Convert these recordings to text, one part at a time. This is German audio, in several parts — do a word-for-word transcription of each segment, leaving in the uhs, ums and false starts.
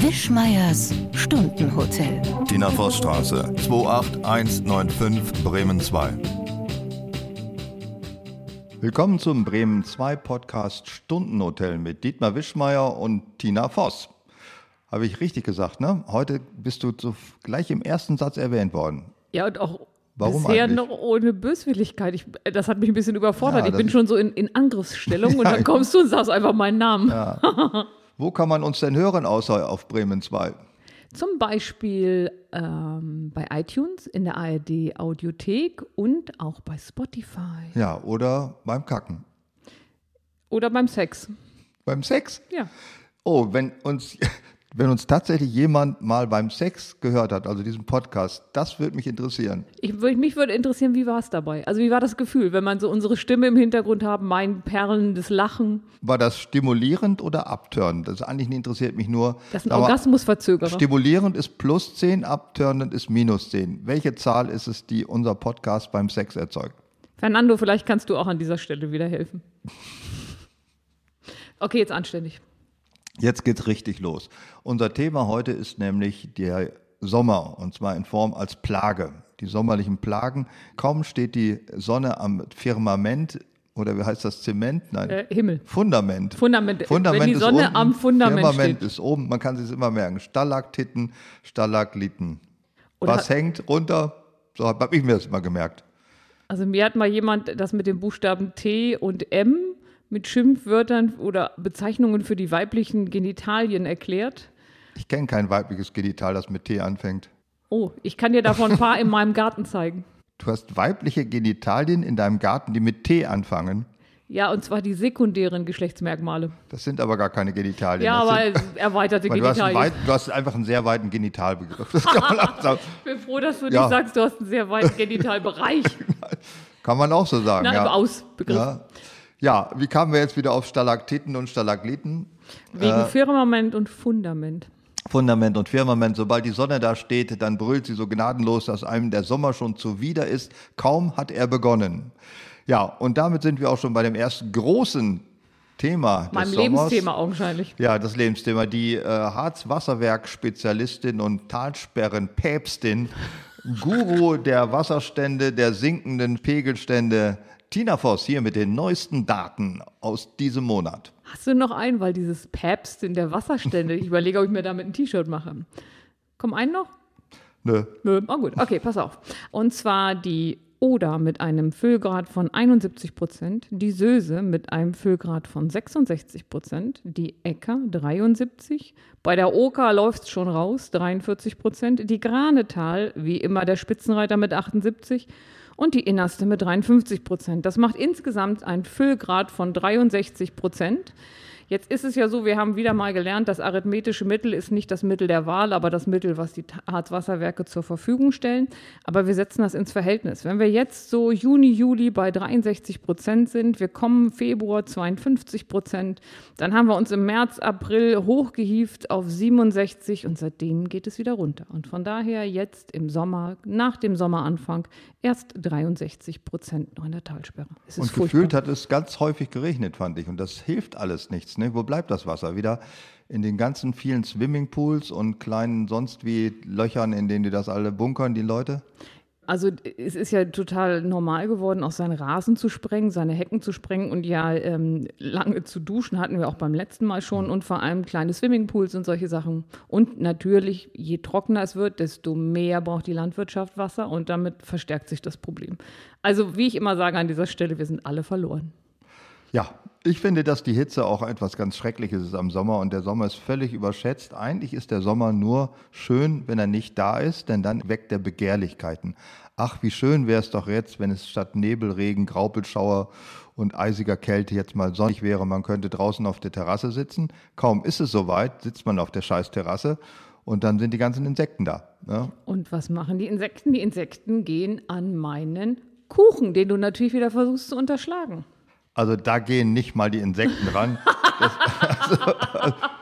Wischmeiers Stundenhotel. Tina Voss Straße, zwei acht eins neun fünf, Bremen zwei. Willkommen zum Bremen zwei Podcast Stundenhotel mit Dietmar Wischmeier und Tina Voss. Habe ich richtig gesagt, ne? Heute bist du so gleich im ersten Satz erwähnt worden. Ja, und auch Warum bisher eigentlich? noch ohne Böswilligkeit. Ich, das hat mich ein bisschen überfordert. Ja, ich bin ist- schon so in, in Angriffsstellung und dann kommst du und sagst einfach meinen Namen. Ja. Wo kann man uns denn hören, außer auf Bremen zwei? Zum Beispiel ähm, bei iTunes, in der A R D Audiothek und auch bei Spotify. Ja, oder beim Kacken. Oder beim Sex. Beim Sex? Ja. Oh, wenn uns, wenn uns tatsächlich jemand mal beim Sex gehört hat, also diesen Podcast, das würde mich interessieren. Ich, würd- mich würde interessieren, wie war es dabei? Also wie war das Gefühl, wenn man so unsere Stimme im Hintergrund haben, mein perlendes Lachen? War das stimulierend oder abtörnend? Das eigentlich interessiert mich nur. Das ist ein Aber Orgasmusverzögerer. Stimulierend ist plus zehn, abtörnend ist minus zehn. Welche Zahl ist es, die unser Podcast beim Sex erzeugt? Fernando, vielleicht kannst du auch an dieser Stelle wieder helfen. Okay, jetzt anständig. Jetzt geht's richtig los. Unser Thema heute ist nämlich der Sommer, und zwar in Form als Plage. Die sommerlichen Plagen. Kaum steht die Sonne am Firmament, oder wie heißt das, Zement? Nein, Äh, Himmel. Fundament. Fundament. Fundament Wenn die ist Sonne unten, am Fundament Firmament steht. ist oben, man kann sich immer merken. Stalaktiten, Stalagliten. Oder- Was hängt runter? So habe ich mir das immer gemerkt. Also mir hat mal jemand das mit den Buchstaben T und M mit Schimpfwörtern oder Bezeichnungen für die weiblichen Genitalien erklärt. Ich kenne kein weibliches Genital, das mit T anfängt. Oh, ich kann dir davon ein paar in meinem Garten zeigen. Du hast weibliche Genitalien in deinem Garten, die mit T anfangen. Ja, und zwar die sekundären Geschlechtsmerkmale. Das sind aber gar keine Genitalien. Ja, das aber sind, erweiterte weil du, hast einen Genitalien. weit, du hast einfach einen sehr weiten Genitalbegriff. Das kann man auch sagen. Ich bin froh, dass du Ja. nicht sagst, du hast einen sehr weiten Genitalbereich. Kann man auch so sagen. Nein, ja. aber Ausbegriff. Ja. Ja, wie kamen wir jetzt wieder auf Stalaktiten und Stalagliten? Wegen Äh, Firmament und Fundament. Fundament und Firmament, sobald die Sonne da steht, dann brüllt sie so gnadenlos, dass einem der Sommer schon zuwider ist. Kaum hat er begonnen. Ja, und damit sind wir auch schon bei dem ersten großen Thema des Meinem Sommers. Lebensthema augenscheinlich. Ja, das Lebensthema. Die äh, Harz-Wasserwerk-Spezialistin und Talsperren-Päpstin, Guru der Wasserstände, der sinkenden Pegelstände, Tina Voss hier mit den neuesten Daten aus diesem Monat. Hast du noch einen, weil dieses Päpst in der Wasserstände, ich überlege, ob ich mir damit ein T-Shirt mache. Komm, einen noch? Nö. Nö. Oh gut, okay, pass auf. Und zwar die Oder mit einem Füllgrad von einundsiebzig Prozent, die Söse mit einem Füllgrad von sechsundsechzig Prozent, die Ecker dreiundsiebzig, bei der Oker läuft es schon raus, dreiundvierzig Prozent, die Granetal, wie immer der Spitzenreiter mit achtundsiebzig und die Innerste mit dreiundfünfzig Prozent. Das macht insgesamt einen Füllgrad von dreiundsechzig Prozent. Jetzt ist es ja so, wir haben wieder mal gelernt, das arithmetische Mittel ist nicht das Mittel der Wahl, aber das Mittel, was die Harz-Wasserwerke zur Verfügung stellen. Aber wir setzen das ins Verhältnis. Wenn wir jetzt so Juni, Juli bei dreiundsechzig Prozent sind, wir kommen Februar zweiundfünfzig Prozent, dann haben wir uns im März, April hochgehievt auf siebenundsechzig und seitdem geht es wieder runter. Und von daher jetzt im Sommer, nach dem Sommeranfang, erst dreiundsechzig Prozent noch in der Talsperre. Es ist Und furchtbar. gefühlt hat es ganz häufig geregnet, fand ich. Und das hilft alles nichts. Ne? Wo bleibt das Wasser? Wieder in den ganzen vielen Swimmingpools und kleinen sonst wie Löchern, in denen die das alle bunkern, die Leute? Also es ist ja total normal geworden, auch seinen Rasen zu sprengen, seine Hecken zu sprengen und ja ähm, lange zu duschen hatten wir auch beim letzten Mal schon und vor allem kleine Swimmingpools und solche Sachen. Und natürlich, je trockener es wird, desto mehr braucht die Landwirtschaft Wasser und damit verstärkt sich das Problem. Also wie ich immer sage an dieser Stelle, wir sind alle verloren. Ja, ich finde, dass die Hitze auch etwas ganz Schreckliches ist am Sommer und der Sommer ist völlig überschätzt. Eigentlich ist der Sommer nur schön, wenn er nicht da ist, denn dann weckt er Begehrlichkeiten. Ach, wie schön wäre es doch jetzt, wenn es statt Nebel, Regen, Graupelschauer und eisiger Kälte jetzt mal sonnig wäre. Man könnte draußen auf der Terrasse sitzen. Kaum ist es soweit, sitzt man auf der scheiß Terrasse und dann sind die ganzen Insekten da. Ja? Und was machen die Insekten? Die Insekten gehen an meinen Kuchen, den du natürlich wieder versuchst zu unterschlagen. Also da gehen nicht mal die Insekten ran. Das, also,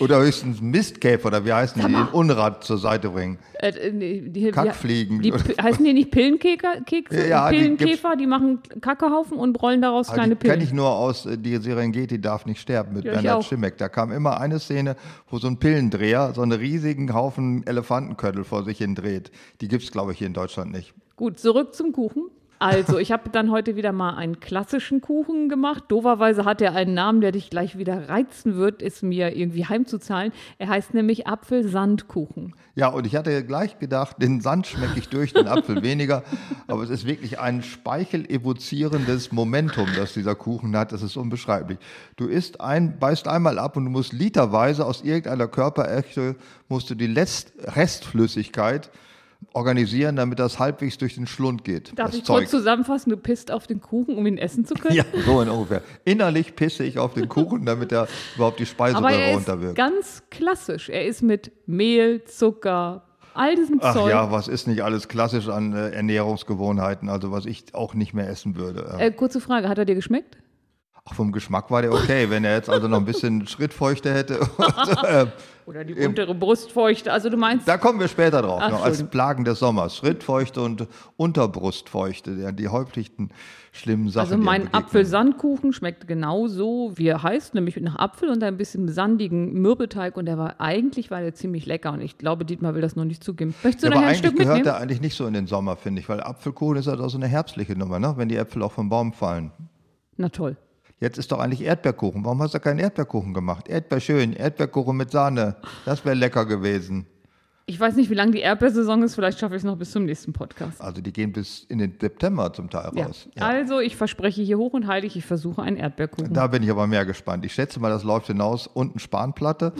Oder höchstens Mistkäfer, oder wie heißen die, die den Unrat zur Seite bringen? Äh, die, die, Kackfliegen. Die, die, heißen die nicht Pillenkäfer? Kekse? Ja, die Pillenkäfer, die, die machen Kackehaufen und rollen daraus Aber kleine die kenne Pillen. ich nur aus äh, die Serengeti darf nicht sterben mit Ja, ich Bernhard auch. Schimmeck. Da kam immer eine Szene, wo so ein Pillendreher so einen riesigen Haufen Elefantenköttel vor sich hin dreht. Die gibt es, glaube ich, hier in Deutschland nicht. Gut, zurück zum Kuchen. Also, ich habe dann heute wieder mal einen klassischen Kuchen gemacht. Dooferweise hat er einen Namen, der dich gleich wieder reizen wird, es mir irgendwie heimzuzahlen. Er heißt nämlich Apfelsandkuchen. Ja, und ich hatte gleich gedacht, den Sand schmecke ich durch, den Apfel weniger. Aber es ist wirklich ein speichel-evozierendes Momentum, das dieser Kuchen hat. Das ist unbeschreiblich. Du isst ein, beißt einmal ab und du musst literweise aus irgendeiner Körperechte, musst du die Letzt Restflüssigkeit organisieren, damit das halbwegs durch den Schlund geht. Darf das ich Zeug. kurz zusammenfassen? Du pisst auf den Kuchen, um ihn essen zu können? Ja, so in ungefähr. Innerlich pisse ich auf den Kuchen, damit er überhaupt die Aber er Speiseröhre ist runterwirkt. ganz klassisch. Er ist mit Mehl, Zucker, all diesem Ach Zeug. ja, was ist nicht alles klassisch an äh, Ernährungsgewohnheiten, also was ich auch nicht mehr essen würde. Äh, kurze Frage, hat er dir geschmeckt? Auch vom Geschmack war der okay, wenn er jetzt also noch ein bisschen Schrittfeuchte hätte. Und, äh, Oder die Eben. untere Brustfeuchte. Also du meinst, da kommen wir später drauf, Ach, noch, als Entschuldigung. Plagen des Sommers. Schrittfeuchte und Unterbrustfeuchte, ja, die häufigsten schlimmen Sachen. also die mein einem begegnen. Apfelsandkuchen schmeckt genauso, wie er heißt, nämlich nach Apfel und ein bisschen sandigen Mürbeteig. Und der war eigentlich war der ziemlich lecker. Und ich glaube, Dietmar will das noch nicht zugeben. Möchtest du Ja, nachher aber ein eigentlich Stück gehört mitnehmen? der eigentlich nicht so in den Sommer, finde ich, weil Apfelkuchen ist halt auch so eine herbstliche Nummer, ne? Wenn die Äpfel auch vom Baum fallen. Na toll. Jetzt ist doch eigentlich Erdbeerkuchen. Warum hast du keinen Erdbeerkuchen gemacht? Erdbeer schön, Erdbeerkuchen mit Sahne. Das wäre lecker gewesen. Ich weiß nicht, wie lange die Erdbeersaison ist. Vielleicht schaffe ich es noch bis zum nächsten Podcast. Also die gehen bis in den September zum Teil Ja. raus. Ja. Also ich verspreche hier hoch und heilig, ich versuche einen Erdbeerkuchen. Da bin ich aber mehr gespannt. Ich schätze mal, das läuft hinaus. Unten Spanplatte.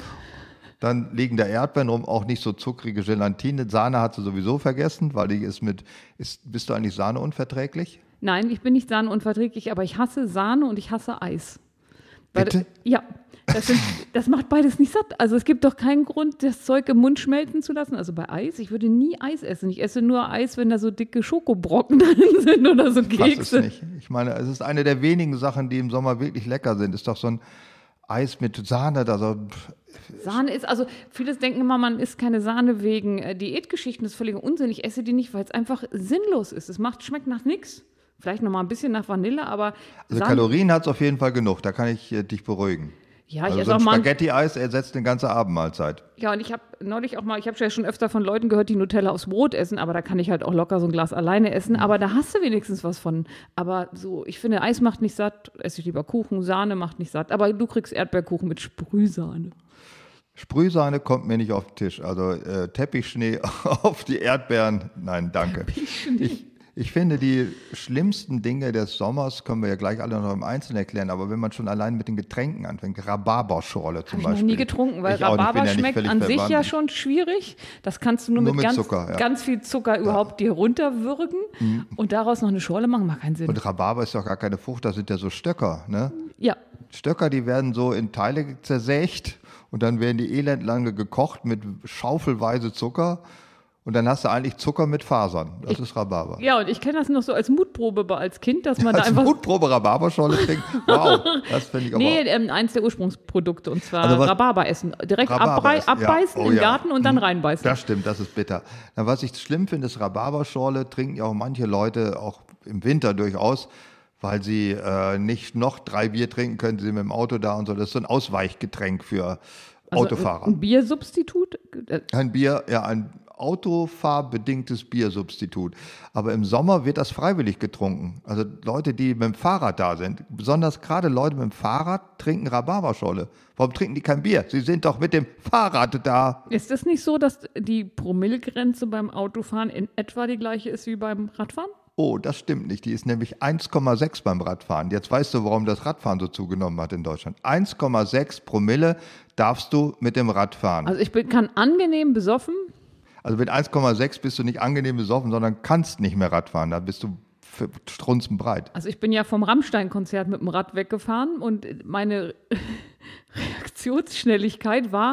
Dann liegen da Erdbeeren rum, auch nicht so zuckrige Gelatine. Sahne hat sie sowieso vergessen, weil die ist mit. Ist, bist du eigentlich Sahne unverträglich? Nein, ich bin nicht sahneunverträglich, aber ich hasse Sahne und ich hasse Eis. Weil- Bitte? Ja, das, sind, das macht beides nicht satt. Also es gibt doch keinen Grund, das Zeug im Mund schmelzen zu lassen. Also bei Eis, ich würde nie Eis essen. Ich esse nur Eis, wenn da so dicke Schokobrocken drin sind oder so Was ist Kekse. nicht? Ich meine, es ist eine der wenigen Sachen, die im Sommer wirklich lecker sind. Ist doch so ein Eis mit Sahne, da so. Sahne ist, also viele denken immer, man isst keine Sahne wegen äh, Diätgeschichten. Das ist völliger Unsinn. Ich esse die nicht, weil es einfach sinnlos ist. Es macht, schmeckt nach nichts. Vielleicht noch mal ein bisschen nach Vanille, aber Also Sahne- Kalorien hat es auf jeden Fall genug, da kann ich äh, dich beruhigen. Ja, ich Also esse so ein auch mal. Spaghetti-Eis ersetzt eine ganze Abendmahlzeit. Ja, und ich habe neulich auch mal, ich habe ja schon öfter von Leuten gehört, die Nutella aufs Brot essen, aber da kann ich halt auch locker so ein Glas alleine essen. Aber da hast du wenigstens was von. Aber so, ich finde, Eis macht nicht satt, esse ich lieber Kuchen, Sahne macht nicht satt. Aber du kriegst Erdbeerkuchen mit Sprühsahne. Sprühsahne kommt mir nicht auf den Tisch. Also äh, Teppichschnee auf die Erdbeeren, nein, danke. Ich, ich finde, die schlimmsten Dinge des Sommers können wir ja gleich alle noch im Einzelnen erklären, aber wenn man schon allein mit den Getränken anfängt, Rhabarberschorle zum Habe ich Beispiel. noch nie getrunken, weil Ich auch nicht, Rhabarber bin ja nicht schmeckt völlig an sich ja verwandt. schon schwierig. Das kannst du nur, Nur mit, mit ganz, Zucker, ja. ganz viel Zucker überhaupt dir runterwürgen und daraus noch eine Schorle machen, macht keinen Sinn. Und Rhabarber ist doch gar keine Frucht, das sind ja so Stöcker, ne? ja, Stöcker, die werden so in Teile zersägt und dann werden die elendlange gekocht mit schaufelweise Zucker und dann hast du eigentlich Zucker mit Fasern. Das ist Rhabarber. ja, und ich kenne das noch so als Mutprobe als Kind, dass man da Als einfach... Mutprobe Rhabarberschorle trinken, wow, das finde ich aber Nee, ähm, eins der Ursprungsprodukte, und zwar Also was- Rhabarber essen. Direkt Rhabarber abbrei- essen, ja. abbeißen Oh im ja. Garten und dann Mhm. reinbeißen. Das stimmt, das ist bitter. Na, was ich schlimm finde, ist Rhabarberschorle trinken ja auch manche Leute, auch im Winter durchaus, weil sie äh, nicht noch drei Bier trinken können, sie sind mit dem Auto da und so. Das ist so ein Ausweichgetränk für Also Autofahrer. Ein Biersubstitut? Äh, Ein Bier, ja, ein autofahrbedingtes Biersubstitut. Aber im Sommer wird das freiwillig getrunken. Also Leute, die mit dem Fahrrad da sind, besonders gerade Leute mit dem Fahrrad, trinken Rhabarberschorle. Warum trinken die kein Bier? Sie sind doch mit dem Fahrrad da. Ist es nicht so, dass die Promillegrenze beim Autofahren in etwa die gleiche ist wie beim Radfahren? Oh, das stimmt nicht. Die ist nämlich eins Komma sechs beim Radfahren. Jetzt weißt du, warum das Radfahren so zugenommen hat in Deutschland. eins Komma sechs Promille darfst du mit dem Rad fahren. Also ich bin, kann angenehm besoffen. Also mit eins Komma sechs bist du nicht angenehm besoffen, sondern kannst nicht mehr Radfahren. Da bist du f- strunzenbreit. Also ich bin ja vom Rammstein-Konzert mit dem Rad weggefahren und meine Reaktionsschnelligkeit war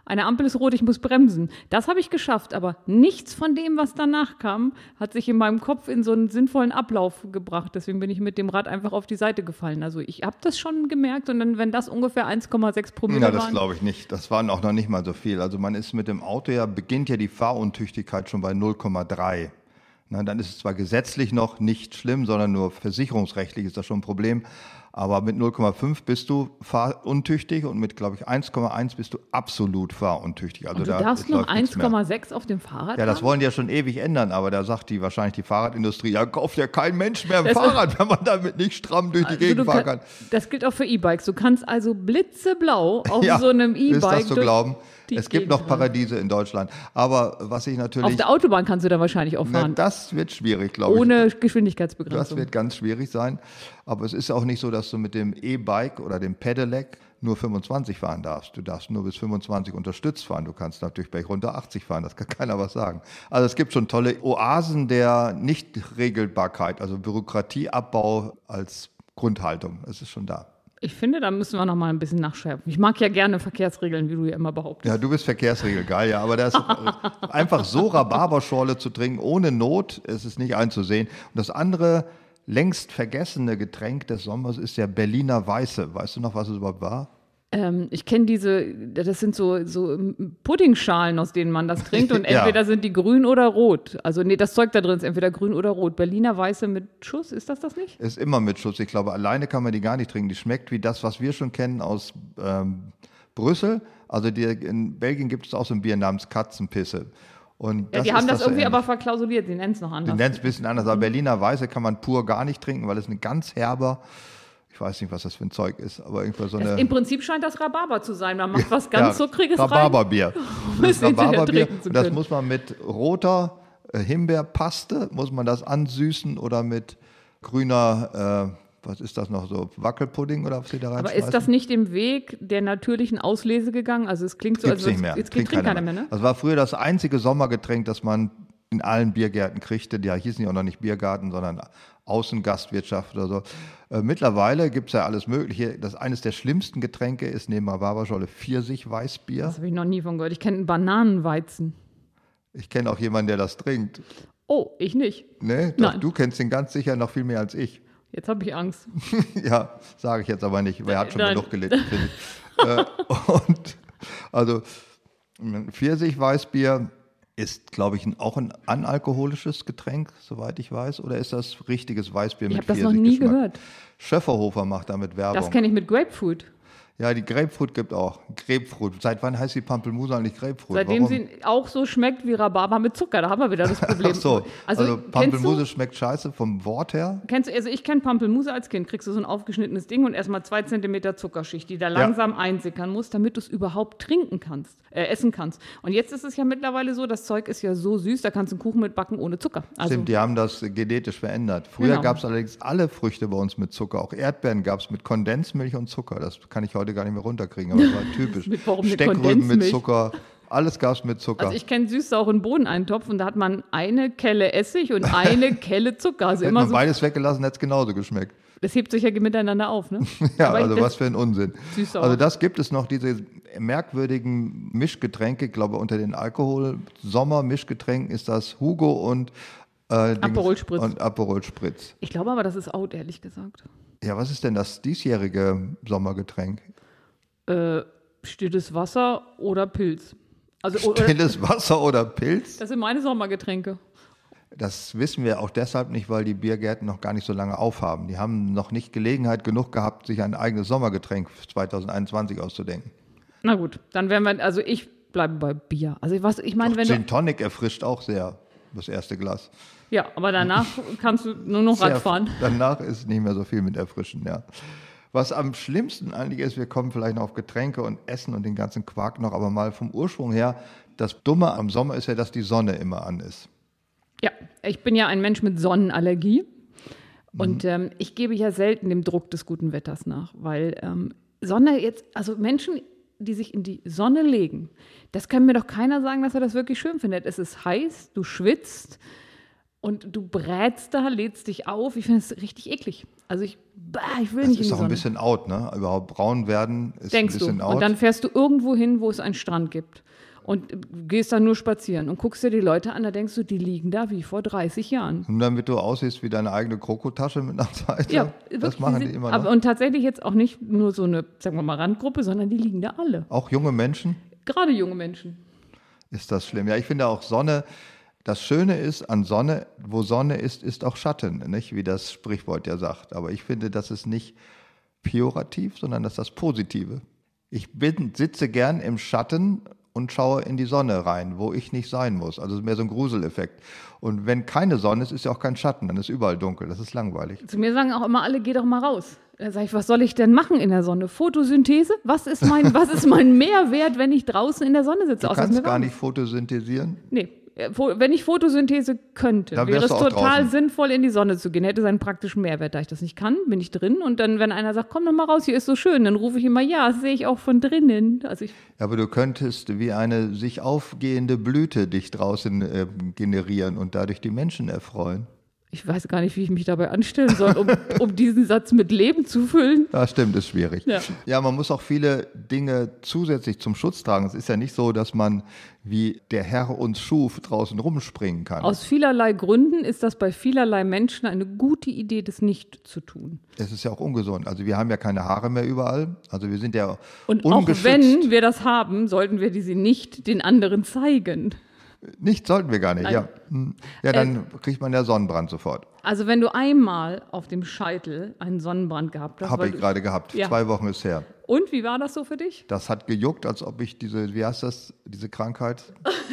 eine Ampel ist rot, ich muss bremsen. Das habe ich geschafft, aber nichts von dem, was danach kam, hat sich in meinem Kopf in so einen sinnvollen Ablauf gebracht. Deswegen bin ich mit dem Rad einfach auf die Seite gefallen. Also ich habe das schon gemerkt und dann, wenn das ungefähr eins Komma sechs Promille Ja, waren. das glaube ich nicht. Das waren auch noch nicht mal so viel. Also man ist mit dem Auto ja, beginnt ja die Fahruntüchtigkeit schon bei null Komma drei. Na, dann ist es zwar gesetzlich noch nicht schlimm, sondern nur versicherungsrechtlich ist das schon ein Problem. Aber mit null Komma fünf bist du fahruntüchtig und mit, glaube ich, eins Komma eins bist du absolut fahruntüchtig. Also und du da darfst ist- noch läuft nichts mehr. eins Komma sechs auf dem Fahrrad Ja, das haben? wollen die ja schon ewig ändern, aber da sagt die wahrscheinlich die Fahrradindustrie, ja, kauft ja kein Mensch mehr ein Das ist- Fahrrad, wenn man damit nicht stramm durch die Also Gegend du fahren kann- kann. Das gilt auch für E-Bikes. Du kannst also blitzeblau auf Ja, so einem ist E-Bike das zu durch glauben? die Es gibt Gegend noch rennen. Paradiese in Deutschland. Aber was ich Auf natürlich, der Autobahn kannst du da wahrscheinlich auch na, fahren, das wird schwierig, glaube ich. ohne Das Geschwindigkeitsbegrenzung. wird ganz schwierig sein. Aber es ist auch nicht so, dass du mit dem E-Bike oder dem Pedelec nur fünfundzwanzig fahren darfst. Du darfst nur bis fünfundzwanzig unterstützt fahren. Du kannst natürlich bei runter achtzig fahren, das kann keiner was sagen. Also es gibt schon tolle Oasen der Nichtregelbarkeit, also Bürokratieabbau als Grundhaltung. Das ist schon da. Ich finde, da müssen wir noch mal ein bisschen nachschärfen. Ich mag ja gerne Verkehrsregeln, wie du ja immer behauptest. Ja, du bist Verkehrsregel, geil, ja, aber das einfach so Rhabarberschorle zu trinken, ohne Not, es ist nicht einzusehen. Und das andere längst vergessene Getränk des Sommers ist der Berliner Weiße. Weißt du noch, was es überhaupt war? Ähm, ich kenne diese, das sind so, so Puddingschalen, aus denen man das trinkt. Und Ja. entweder sind die grün oder rot. Also nee, das Zeug da drin ist entweder grün oder rot. Berliner Weiße mit Schuss, ist das das nicht? Ist immer mit Schuss. Ich glaube, alleine kann man die gar nicht trinken. Die schmeckt wie das, was wir schon kennen aus ähm, Brüssel. Also die, in Belgien gibt es auch so ein Bier namens Katzenpisse. Und Ja, das die haben ist das so irgendwie ähnlich. aber verklausuliert. Die nennen es noch Die anders. nennt es ein bisschen anders. Aber Berliner Weiße kann man pur gar nicht trinken, weil es eine ganz herber, ich weiß nicht, was das für ein Zeug ist, aber irgendwie so eine... Im Prinzip scheint das Rhabarber zu sein. Man macht was ganz ja, Zuckriges rein. Rhabarberbier. um Das es hinterher Rhabarberbier, trinken zu und das können. muss man mit roter äh, Himbeerpaste, muss man das ansüßen oder mit grüner, äh, was ist das noch, so Wackelpudding oder was sie da Aber reinschmeißen? ist das nicht im Weg der natürlichen Auslese gegangen? Also es klingt so, Gibt's als nicht mehr. jetzt trinkt keiner mehr, ne? Das war früher das einzige Sommergetränk, das man in allen Biergärten kriegte. Die hießen ja auch noch nicht Biergarten, sondern Außengastwirtschaft oder so. Äh, mittlerweile gibt es ja alles Mögliche. Das eines der schlimmsten Getränke ist neben Rhabarberscholle Pfirsich-Weißbier. Das habe ich noch nie von gehört. Ich kenne einen Bananenweizen. Ich kenne auch jemanden, der das trinkt. Oh, ich nicht. Ne? Doch, Nein. du kennst den ganz sicher noch viel mehr als ich. Jetzt habe ich Angst. Ja, sage ich jetzt aber nicht, weil er hat schon Nein. genug gelitten, finde ich. äh, und also ein Pfirsich-Weißbier ist, glaube ich, ein, auch ein analkoholisches Getränk, soweit ich weiß. Oder ist das richtiges Weißbier Ich mit habe das noch nie Pfirsichgeschmack? gehört. Schöfferhofer macht damit Werbung. Das kenne ich mit Grapefruit. Ja, die Grapefruit gibt auch. Grapefruit. Seit wann heißt die Pampelmuse eigentlich Grapefruit? Seitdem Warum? sie auch so schmeckt wie Rhabarber mit Zucker. Da haben wir wieder das Problem. Ach so, Also, also, kennst Pampelmuse du, schmeckt scheiße vom Wort her. kennst du, also ich kenne Pampelmuse als Kind. Kriegst du so ein aufgeschnittenes Ding und erstmal zwei Zentimeter Zuckerschicht, die da langsam einsickern muss, damit du es überhaupt trinken kannst, äh, essen kannst. Und jetzt ist es ja mittlerweile so, das Zeug ist ja so süß, da kannst du einen Kuchen mitbacken ohne Zucker. Also, Stimmt, die haben das genetisch verändert. Früher Genau. gab es allerdings alle Früchte bei uns mit Zucker. Auch Erdbeeren gab es mit Kondensmilch und Zucker. Das kann ich heute gar nicht mehr runterkriegen, aber das war typisch. Mit- warum mit Steckrüben mit Kondensmilch? Zucker, alles gab es mit Zucker. Also ich kenne süß-sauren Bohneneintopf und da hat man eine Kelle Essig und eine Kelle Zucker. Also Hätte immer man so, beides weggelassen, hätte es genauso geschmeckt. das hebt sich ja miteinander auf, ne? Ja, Aber also das- was für ein Unsinn. Süß-sauer. Also das gibt es noch, diese merkwürdigen Mischgetränke. Ich glaube, unter den Alkohol-Sommer-Mischgetränken ist das Hugo und äh, Dings- Aperol Spritz. Und Aperol Spritz. Ich glaube aber, das ist out, ehrlich gesagt. Ja, was ist denn das diesjährige Sommergetränk? Äh, stilles Wasser oder Pilz. Also, oder, Stilles Wasser oder Pilz? das sind meine Sommergetränke. Das wissen wir auch deshalb nicht, weil die Biergärten noch gar nicht so lange aufhaben. Die haben noch nicht Gelegenheit genug gehabt, sich ein eigenes Sommergetränk für zwanzig einundzwanzig auszudenken. Na gut, dann werden wir, also ich bleibe bei Bier. Also ich, was, ich meine, wenn Gin du, Tonic erfrischt auch sehr, das erste Glas. ja, aber danach kannst du nur noch Sehr- Rad fahren. Danach ist nicht mehr so viel mit Erfrischen, ja. Was am schlimmsten eigentlich ist, wir kommen vielleicht noch auf Getränke und Essen und den ganzen Quark noch, aber mal vom Ursprung her, das Dumme am Sommer ist ja, dass die Sonne immer an ist. Ja, ich bin ja ein Mensch mit Sonnenallergie und ähm, ich gebe ja selten dem Druck des guten Wetters nach, weil ähm, Sonne jetzt, also Menschen, die sich in die Sonne legen, das kann mir doch keiner sagen, dass er das wirklich schön findet. Es ist heiß, du schwitzt, Und du brätst da, lädst dich auf. Ich finde das richtig eklig. Also ich, bah, ich will Das nicht in ist die auch Sonne. ein bisschen out, ne? Überhaupt braun werden ist Denkst ein bisschen du. out. Und dann fährst du irgendwo hin, wo es einen Strand gibt. Und gehst dann nur spazieren und guckst dir die Leute an, da denkst du, die liegen da wie vor dreißig Jahren. Und damit du aussiehst wie deine eigene Krokotasche mit einer Seite. Ja, das wirklich, machen die die sind, immer noch. aber, und tatsächlich jetzt auch nicht nur so eine, sagen wir mal, Randgruppe, sondern die liegen da alle. Auch junge Menschen Gerade junge Menschen. ist das schlimm. Ja, ich finde auch Sonne, das Schöne ist an Sonne, wo Sonne ist, ist auch Schatten, nicht? Wie das Sprichwort ja sagt. Aber ich finde, das ist nicht pejorativ, sondern das ist das Positive. Ich bin, sitze gern im Schatten und schaue in die Sonne rein, wo ich nicht sein muss. Also mehr so ein Gruseleffekt. Und wenn keine Sonne ist, ist ja auch kein Schatten, dann ist überall dunkel. Das ist langweilig. Zu mir sagen auch immer alle, geh doch mal raus. Da sage ich, was soll ich denn machen in der Sonne? Photosynthese? Was ist mein, was ist mein Mehrwert, wenn ich draußen in der Sonne sitze? Du Außer es kannst mir gar warm nicht photosynthesieren. Nee, äh, Pho- wenn ich Photosynthese könnte, Dann wäre wärst es du auch total draußen. sinnvoll, in die Sonne zu gehen. Hätte seinen praktischen Mehrwert. Da ich das nicht kann, bin ich drin. Und dann, wenn einer sagt, komm doch mal raus, hier ist so schön, dann rufe ich immer, ja, das sehe ich auch von drinnen. Also ich, Ja, aber du könntest wie eine sich aufgehende Blüte dich draußen äh, generieren und dadurch die Menschen erfreuen. ich weiß gar nicht, wie ich mich dabei anstellen soll, um, um diesen Satz mit Leben zu füllen. Ja, stimmt, ist schwierig. Ja. Ja, man muss auch viele Dinge zusätzlich zum Schutz tragen. Es ist ja nicht so, dass man, wie der Herr uns schuf, draußen rumspringen kann. Aus vielerlei Gründen ist das bei vielerlei Menschen eine gute Idee, das nicht zu tun. Es ist ja auch ungesund. Also wir haben ja keine Haare mehr überall. Also wir sind ja Und auch ungeschützt. wenn wir das haben, sollten wir diese nicht den anderen zeigen. Nicht sollten wir gar nicht, Nein. ja. Hm. Ja, dann kriegt man ja Sonnenbrand sofort. Also wenn du einmal auf dem Scheitel einen Sonnenbrand gehabt hast. Habe weil ich du- gerade gehabt. Ja. Zwei Wochen ist her. Und wie war das so für dich? Das hat gejuckt, als ob ich diese, wie heißt das, diese Krankheit?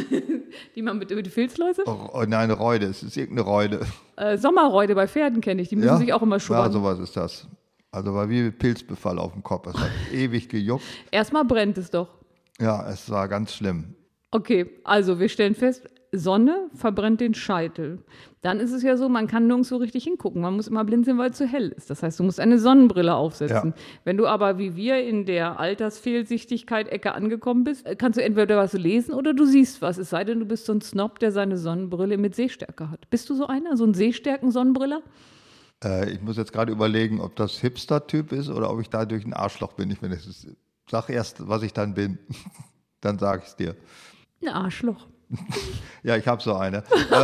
Die man mit über die Filzläuse? Oh, oh, nein, eine Reude. Es ist irgendeine Reude. Äh, Sommerräude bei Pferden kenne ich, die müssen sich auch immer Ja, schubbern. sowas ist das. Also war wie Pilzbefall auf dem Kopf. Es hat ewig gejuckt. Erstmal brennt es doch. Ja, es war ganz schlimm. Okay, also wir stellen fest, Sonne verbrennt den Scheitel. Dann ist es ja so, man kann nirgendwo richtig hingucken. Man muss immer blinzeln, weil es zu hell ist. Das heißt, du musst eine Sonnenbrille aufsetzen. Ja. Wenn du aber wie wir in der Altersfehlsichtigkeit-Ecke angekommen bist, kannst du entweder was lesen oder du siehst was. Es sei denn, du bist so ein Snob, der seine Sonnenbrille mit Sehstärke hat. Bist du so einer, so ein Sehstärken-Sonnenbriller? Äh, ich muss jetzt gerade überlegen, ob das Hipster-Typ ist oder ob ich dadurch ein Arschloch bin. Ich bin es ist, sag erst, was ich dann bin. Dann sage ich es dir. Ein Arschloch. Ja, ich habe so eine.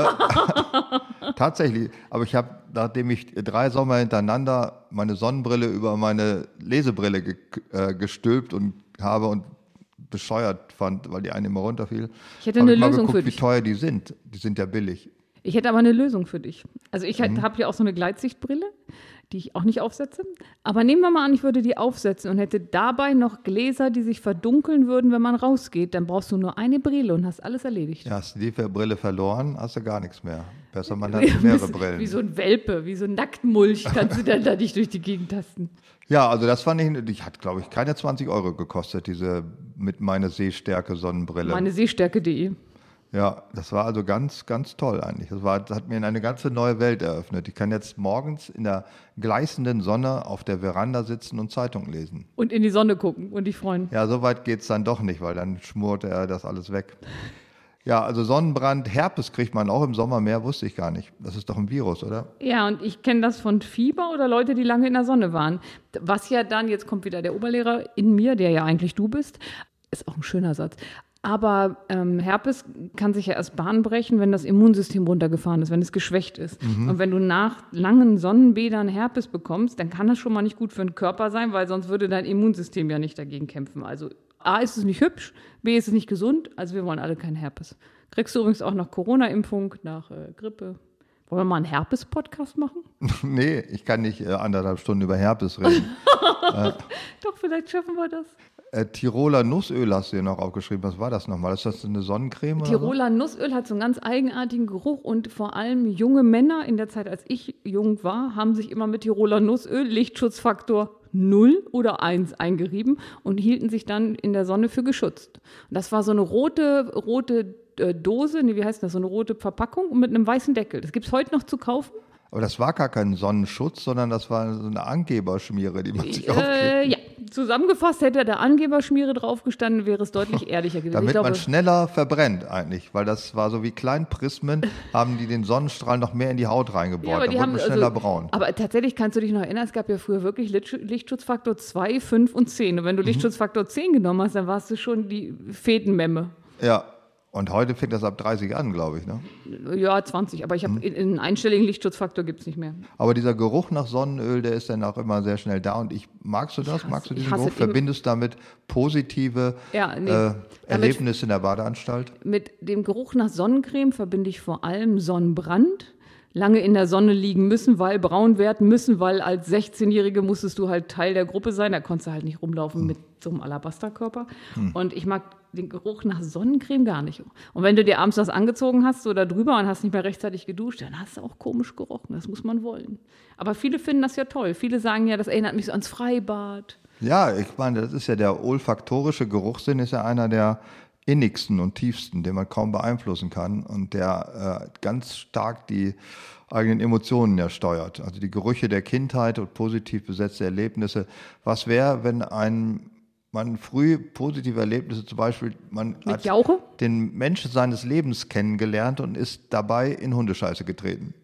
äh, tatsächlich, aber ich habe, nachdem ich drei Sommer hintereinander meine Sonnenbrille über meine Lesebrille ge äh, gestülpt und habe und bescheuert fand, weil die eine immer runterfiel. Ich hätte hab eine ich mal Lösung geguckt, für dich. wie teuer die sind. Die sind ja billig. Ich hätte aber eine Lösung für dich. Also ich Mhm. habe hier auch so eine Gleitsichtbrille, die ich auch nicht aufsetze. Aber nehmen wir mal an, ich würde die aufsetzen und hätte dabei noch Gläser, die sich verdunkeln würden, wenn man rausgeht. Dann brauchst du nur eine Brille und hast alles erledigt. Ja, hast du die Brille verloren, hast du gar nichts mehr. Besser, man hat mehrere Brillen. Wie so ein Welpe, wie so ein Nacktmulch kannst du dann da nicht durch die Gegend tasten. Ja, also das fand ich, die hat, glaube ich, keine zwanzig Euro gekostet, diese mit meiner Sehstärke Sonnenbrille. Meine Sehstärke punkt de. Ja, das war also ganz, ganz toll eigentlich. Das, war, das hat mir eine ganze neue Welt eröffnet. Ich kann jetzt morgens in der gleißenden Sonne auf der Veranda sitzen und Zeitung lesen. Und in die Sonne gucken und dich freuen. Ja, so weit geht es dann doch nicht, weil dann schmort er das alles weg. Ja, also Sonnenbrand, Herpes kriegt man auch im Sommer mehr, wusste ich gar nicht. Das ist doch ein Virus, oder? Ja, und ich kenne das von Fieber oder Leute, die lange in der Sonne waren. Was ja dann, jetzt kommt wieder der Oberlehrer in mir, der ja eigentlich du bist, ist auch ein schöner Satz. Aber ähm, Herpes kann sich ja erst Bahn brechen, wenn das Immunsystem runtergefahren ist, wenn es geschwächt ist. Mhm. Und wenn du nach langen Sonnenbädern Herpes bekommst, dann kann das schon mal nicht gut für den Körper sein, weil sonst würde dein Immunsystem ja nicht dagegen kämpfen. Also A, ist es nicht hübsch, B, ist es nicht gesund, also wir wollen alle keinen Herpes. Kriegst du übrigens auch nach Corona-Impfung, nach äh, Grippe. Wollen wir mal einen Herpes-Podcast machen? Nee, ich kann nicht äh, anderthalb Stunden über Herpes reden. äh, Doch, vielleicht schaffen wir das. Äh, Tiroler Nussöl hast du hier noch aufgeschrieben. Was war das nochmal? Ist das eine Sonnencreme? Oder Tiroler Nussöl hat so einen ganz eigenartigen Geruch und vor allem junge Männer in der Zeit, als ich jung war, haben sich immer mit Tiroler Nussöl Lichtschutzfaktor null oder eins eingerieben und hielten sich dann in der Sonne für geschützt. Und das war so eine rote, rote äh, Dose, nee, wie heißt das, so eine rote Verpackung mit einem weißen Deckel. Das gibt es heute noch zu kaufen. Aber das war gar kein Sonnenschutz, sondern das war so eine Angeberschmiere, die man sich aufklebt. Äh, ja, Zusammengefasst, hätte da Angeberschmiere drauf gestanden, wäre es deutlich ehrlicher gewesen. Damit ich glaube, man schneller verbrennt eigentlich, weil das war so wie Kleinprismen, haben die den Sonnenstrahl noch mehr in die Haut reingebohrt, Ja, aber da die wird haben, man schneller also, braun. Aber tatsächlich kannst du dich noch erinnern, es gab ja früher wirklich Licht- Lichtschutzfaktor zwei, fünf und zehn. Und wenn du Mhm. Lichtschutzfaktor zehn genommen hast, dann warst du schon die Fetenmemme. Ja, und heute fängt das ab dreißig an, glaube ich. Ne? Ja, zwanzig. Aber ich habe in einen einstelligen Lichtschutzfaktor gibt es nicht mehr. Aber dieser Geruch nach Sonnenöl, der ist dann auch immer sehr schnell da. Und ich, magst du das? hasse- magst du ich diesen hasse Geruch? den- Verbindest damit positive Ja, nee. äh, Erlebnisse in der Badeanstalt? Mit dem Geruch nach Sonnencreme verbinde ich vor allem Sonnenbrand. Lange in der Sonne liegen müssen, weil braun werden müssen, weil als sechzehnjährige musstest du halt Teil der Gruppe sein. Da konntest du halt nicht rumlaufen Hm. mit so einem Alabasterkörper. Hm. Und ich mag den Geruch nach Sonnencreme gar nicht. Und wenn du dir abends was angezogen hast oder drüber und hast nicht mehr rechtzeitig geduscht, dann hast du auch komisch gerochen. Das muss man wollen. Aber viele finden das ja toll. Viele sagen ja, das erinnert mich so ans Freibad. Ja, ich meine, das ist ja der olfaktorische Geruchssinn, ist ja einer der innigsten und tiefsten, den man kaum beeinflussen kann und der äh, ganz stark die eigenen Emotionen ja steuert. Also die Gerüche der Kindheit und positiv besetzte Erlebnisse. Was wäre, wenn ein man früh positive Erlebnisse, zum Beispiel, man Mit hat Jauche? den Menschen seines Lebens kennengelernt und ist dabei in Hundescheiße getreten.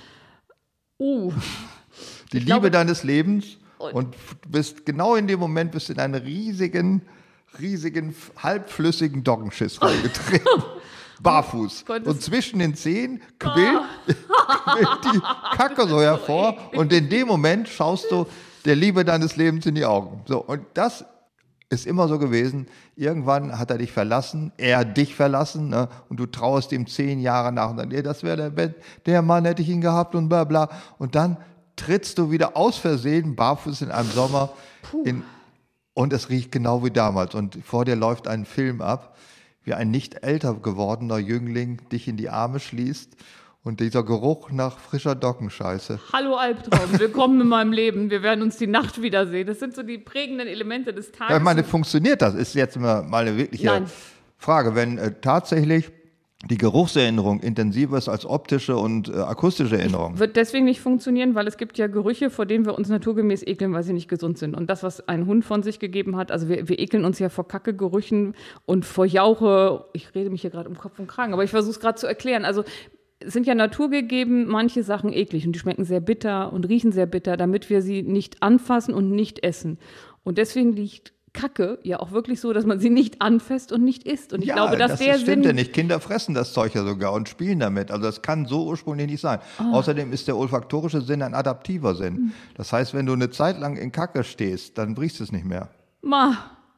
Uh, Die Ich Liebe glaube- deines Lebens und du bist genau in dem Moment bist du in einen riesigen, riesigen, halbflüssigen Doggenschiss reingetreten. Barfuß. Konntest- Und zwischen den Zehen quillt, quillt die Kacke so hervor und in dem Moment schaust du der Liebe deines Lebens in die Augen. So, und das ist immer so gewesen. Irgendwann hat er dich verlassen, er dich verlassen, ne? Und du trauerst ihm zehn Jahre nach und dann, ja, das wäre der, Ben- der Mann, hätte ich ihn gehabt und bla bla. Und dann trittst du wieder aus Versehen barfuß in einem Sommer in, und es riecht genau wie damals. Und vor dir läuft ein Film ab, wie ein nicht älter gewordener Jüngling dich in die Arme schließt und dieser Geruch nach frischer Dockenscheiße. hallo Albtraum, willkommen in meinem Leben. Wir werden uns die Nacht wiedersehen. Das sind so die prägenden Elemente des Tages. Ja, ich meine, funktioniert das? Ist jetzt mal mal eine wirkliche Nein. Frage. Wenn äh, tatsächlich die Geruchserinnerung intensiver ist als optische und äh, akustische Erinnerung. Wird deswegen nicht funktionieren, weil es gibt ja Gerüche, vor denen wir uns naturgemäß ekeln, weil sie nicht gesund sind. Und das, was ein Hund von sich gegeben hat, also wir, wir ekeln uns ja vor Kacke-Gerüchen und vor Jauche. Ich rede mich hier gerade um Kopf und Kragen, aber ich versuche es gerade zu erklären. Also es sind ja naturgegeben manche Sachen eklig und die schmecken sehr bitter und riechen sehr bitter, damit wir sie nicht anfassen und nicht essen. Und deswegen liegt Kacke ja auch wirklich so, dass man sie nicht anfasst und nicht isst. Und ich ja, glaube, dass das der stimmt Sinn... ja nicht. Kinder fressen das Zeug ja sogar und spielen damit. Also das kann so ursprünglich nicht sein. Außerdem ist der olfaktorische Sinn ein adaptiver Sinn. Das heißt, wenn du eine Zeit lang in Kacke stehst, dann riechst du es nicht mehr. Ma,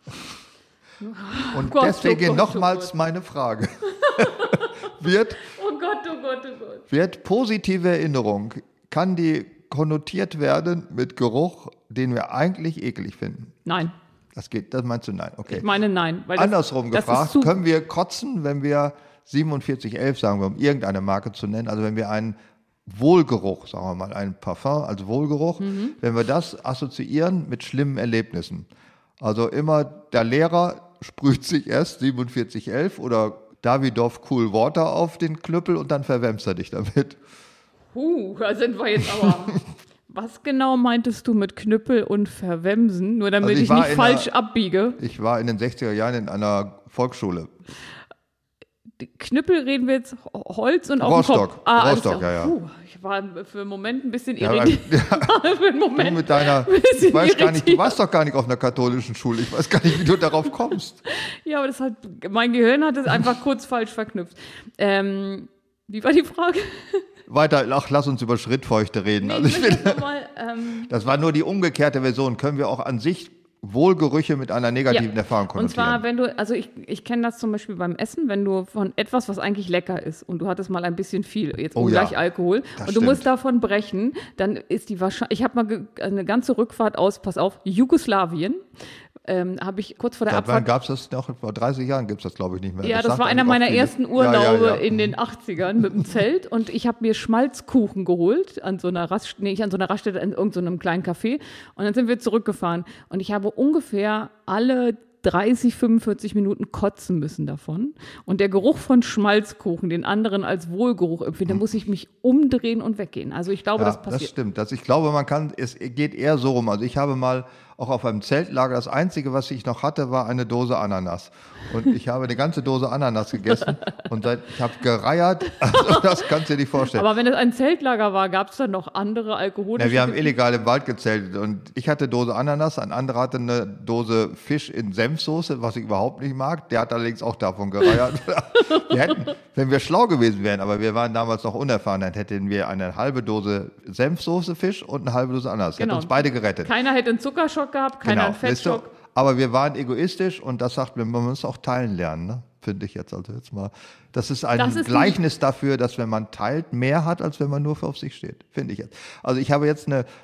Und Gott, deswegen oh Gott, oh nochmals Gott. meine Frage. wird, oh Gott, oh Gott, oh Gott. wird positive Erinnerung, kann die konnotiert werden mit Geruch, den wir eigentlich eklig finden? Nein, Das geht, das meinst du nein, okay. ich meine nein. Weil das, Andersrum das gefragt, ist zu, können wir kotzen, wenn wir siebenundvierzig elf, sagen wir, um irgendeine Marke zu nennen, also wenn wir einen Wohlgeruch, sagen wir mal, ein Parfum als Wohlgeruch, Mhm. wenn wir das assoziieren mit schlimmen Erlebnissen. Also immer der Lehrer sprüht sich erst siebenundvierzig elf oder Davidoff Cool Water auf den Knüppel und dann verwämst er dich damit. Huh, da sind wir jetzt aber. Was genau meintest du mit Knüppel und Verwemsen? Nur damit Also ich ich, war nicht in falsch einer- abbiege. Ich war in den sechziger Jahren in einer Volksschule. Die Knüppel reden wir jetzt Holz und auf Rostock. dem Kopf. Ah, alles Rostock, klar. ja, ja. Puh, ich war für einen Moment ein bisschen Ja, irritiert. ja, für einen du Moment. mit deiner, bisschen ich weiß gar nicht, du irritiert. warst doch gar nicht auf einer katholischen Schule. Ich weiß gar nicht, wie du darauf kommst. Ja, aber das hat, mein Gehirn hat es einfach kurz falsch verknüpft. Ähm, wie war die Frage? Weiter, ach, lass uns über Schrittfeuchte reden. Nee, Also ich ich möchte finde, jetzt noch mal, ähm, das war nur die umgekehrte Version. Können wir auch an sich Wohlgerüche mit einer negativen Ja. Erfahrung Und konnotieren? zwar, wenn du, also ich, ich kenne das zum Beispiel beim Essen, wenn du von etwas, was eigentlich lecker ist, und du hattest mal ein bisschen viel, jetzt Oh ungleich ja, Alkohol, das und du musst stimmt. davon brechen, dann ist die wahrscheinlich, ich habe mal ge- eine ganze Rückfahrt aus, pass auf, Jugoslawien, ähm, habe ich kurz vor der Seit wann Abfahrt. gab es das noch? Vor dreißig Jahren gibt es das, glaube ich, nicht mehr. Ja, das, sagt war einer eigentlich auch meiner viele. ersten Ja, Urlaube ja, ja. in den achtzigern mit dem Zelt und ich habe mir Schmalzkuchen geholt an so einer Rast, nee, nicht an so einer Raststätte, in irgendeinem kleinen Café und dann sind wir zurückgefahren und ich habe ungefähr alle dreißig, fünfundvierzig Minuten kotzen müssen davon. Und der Geruch von Schmalzkuchen, den anderen als Wohlgeruch empfinden, da muss ich mich umdrehen und weggehen. Also ich glaube, Ja, das das passiert. stimmt. Das, ich glaube, man kann, es geht eher so rum. Also ich habe mal auch auf einem Zeltlager. Das Einzige, was ich noch hatte, war eine Dose Ananas. Und ich habe eine ganze Dose Ananas gegessen und seit, ich habe gereiert. Also das kannst du dir nicht vorstellen. Aber wenn es ein Zeltlager war, gab es dann noch andere alkoholische? Ja, wir haben illegal im Wald gezeltet und ich hatte Dose Ananas, ein anderer hatte eine Dose Fisch in Senfsoße, was ich überhaupt nicht mag. Der hat allerdings auch davon gereiert. Wir hätten, wenn wir schlau gewesen wären, aber wir waren damals noch unerfahren, dann hätten wir eine halbe Dose Senfsoße Fisch und eine halbe Dose Ananas. Genau. Hätte uns beide gerettet. Keiner hätte einen Zuckerschock gehabt, keiner einen Genau, weißt du, Fettschock. aber wir waren egoistisch und das sagt mir, man muss auch teilen lernen, ne? Finde ich jetzt also jetzt mal. Das ist ein Das ist Gleichnis dafür, dass wenn man teilt, mehr hat, als wenn man nur auf sich steht, finde ich jetzt. Also ich habe jetzt eine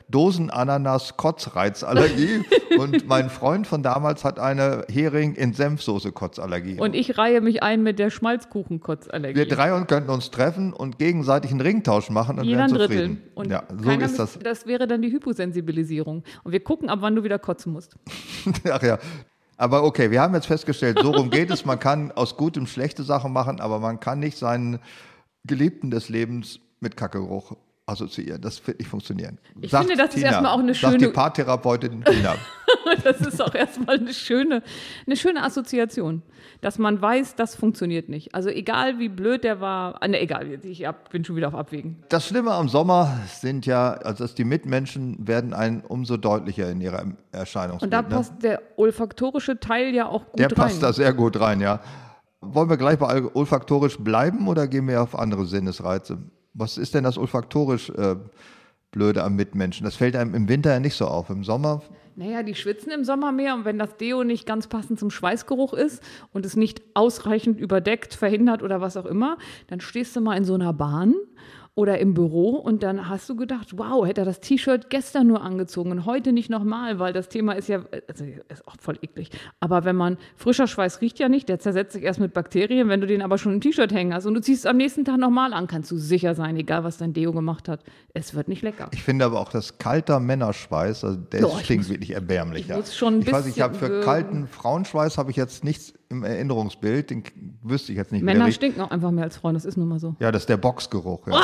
Dosen-Ananas-Kotzreizallergie und mein Freund von damals hat eine Hering in Senfsoße-Kotzallergie. Und ich reihe mich ein mit der Schmalzkuchen-Kotzallergie. Wir drei und könnten uns treffen und gegenseitig einen Ringtausch machen und Jeder ein wären Drittel. zufrieden. Und ja, so keiner ist das. Mit, das wäre dann die Hyposensibilisierung. Und wir gucken, ab wann du wieder kotzen musst. Ach ja. Aber okay, wir haben jetzt festgestellt, so rum geht es. Man kann aus Gutem schlechte Sachen machen, aber man kann nicht seinen Geliebten des Lebens mit Kackegeruch assoziieren. Das wird nicht funktionieren. Ich Sagt finde, das ist Tina, erstmal auch eine sagt schöne- die Paartherapeutin Tina. Das ist auch erstmal eine schöne, eine schöne Assoziation, dass man weiß, das funktioniert nicht. Also egal, wie blöd der war, ah, ne, egal, ich ab, bin schon wieder auf Abwägen. Das Schlimme am Sommer sind ja, also dass die Mitmenschen werden einen umso deutlicher in ihrer Erscheinungsbild. Und da ne? passt der olfaktorische Teil ja auch gut Der rein. passt da sehr gut rein, ja. Wollen wir gleich bei olfaktorisch bleiben oder gehen wir auf andere Sinnesreize? Was ist denn das olfaktorisch äh, Blöde am Mitmenschen? Das fällt einem im Winter ja nicht so auf. Im Sommer, Naja, die schwitzen im Sommer mehr und wenn das Deo nicht ganz passend zum Schweißgeruch ist und es nicht ausreichend überdeckt, verhindert oder was auch immer, dann stehst du mal in so einer Bahn oder im Büro und dann hast du gedacht, wow, hätte er das T-Shirt gestern nur angezogen und heute nicht nochmal, weil das Thema ist ja, also ist auch voll eklig. Aber wenn man, frischer Schweiß riecht ja nicht, der zersetzt sich erst mit Bakterien, wenn du den aber schon im T-Shirt hängen hast und du ziehst es am nächsten Tag nochmal an, kannst du sicher sein, egal was dein Deo gemacht hat, es wird nicht lecker. ich finde aber auch das kalter Männerschweiß, also der Ja, ich stinkt muss- wirklich erbärmlich. ich ja. muss schon ein ich weiß, ich habe für bisschen- kalten Frauenschweiß habe ich jetzt nichts im Erinnerungsbild, den wüsste ich jetzt nicht Männer mehr. stinken auch einfach mehr als Frauen, das ist nun mal so. Ja, das ist der Boxgeruch. Ja.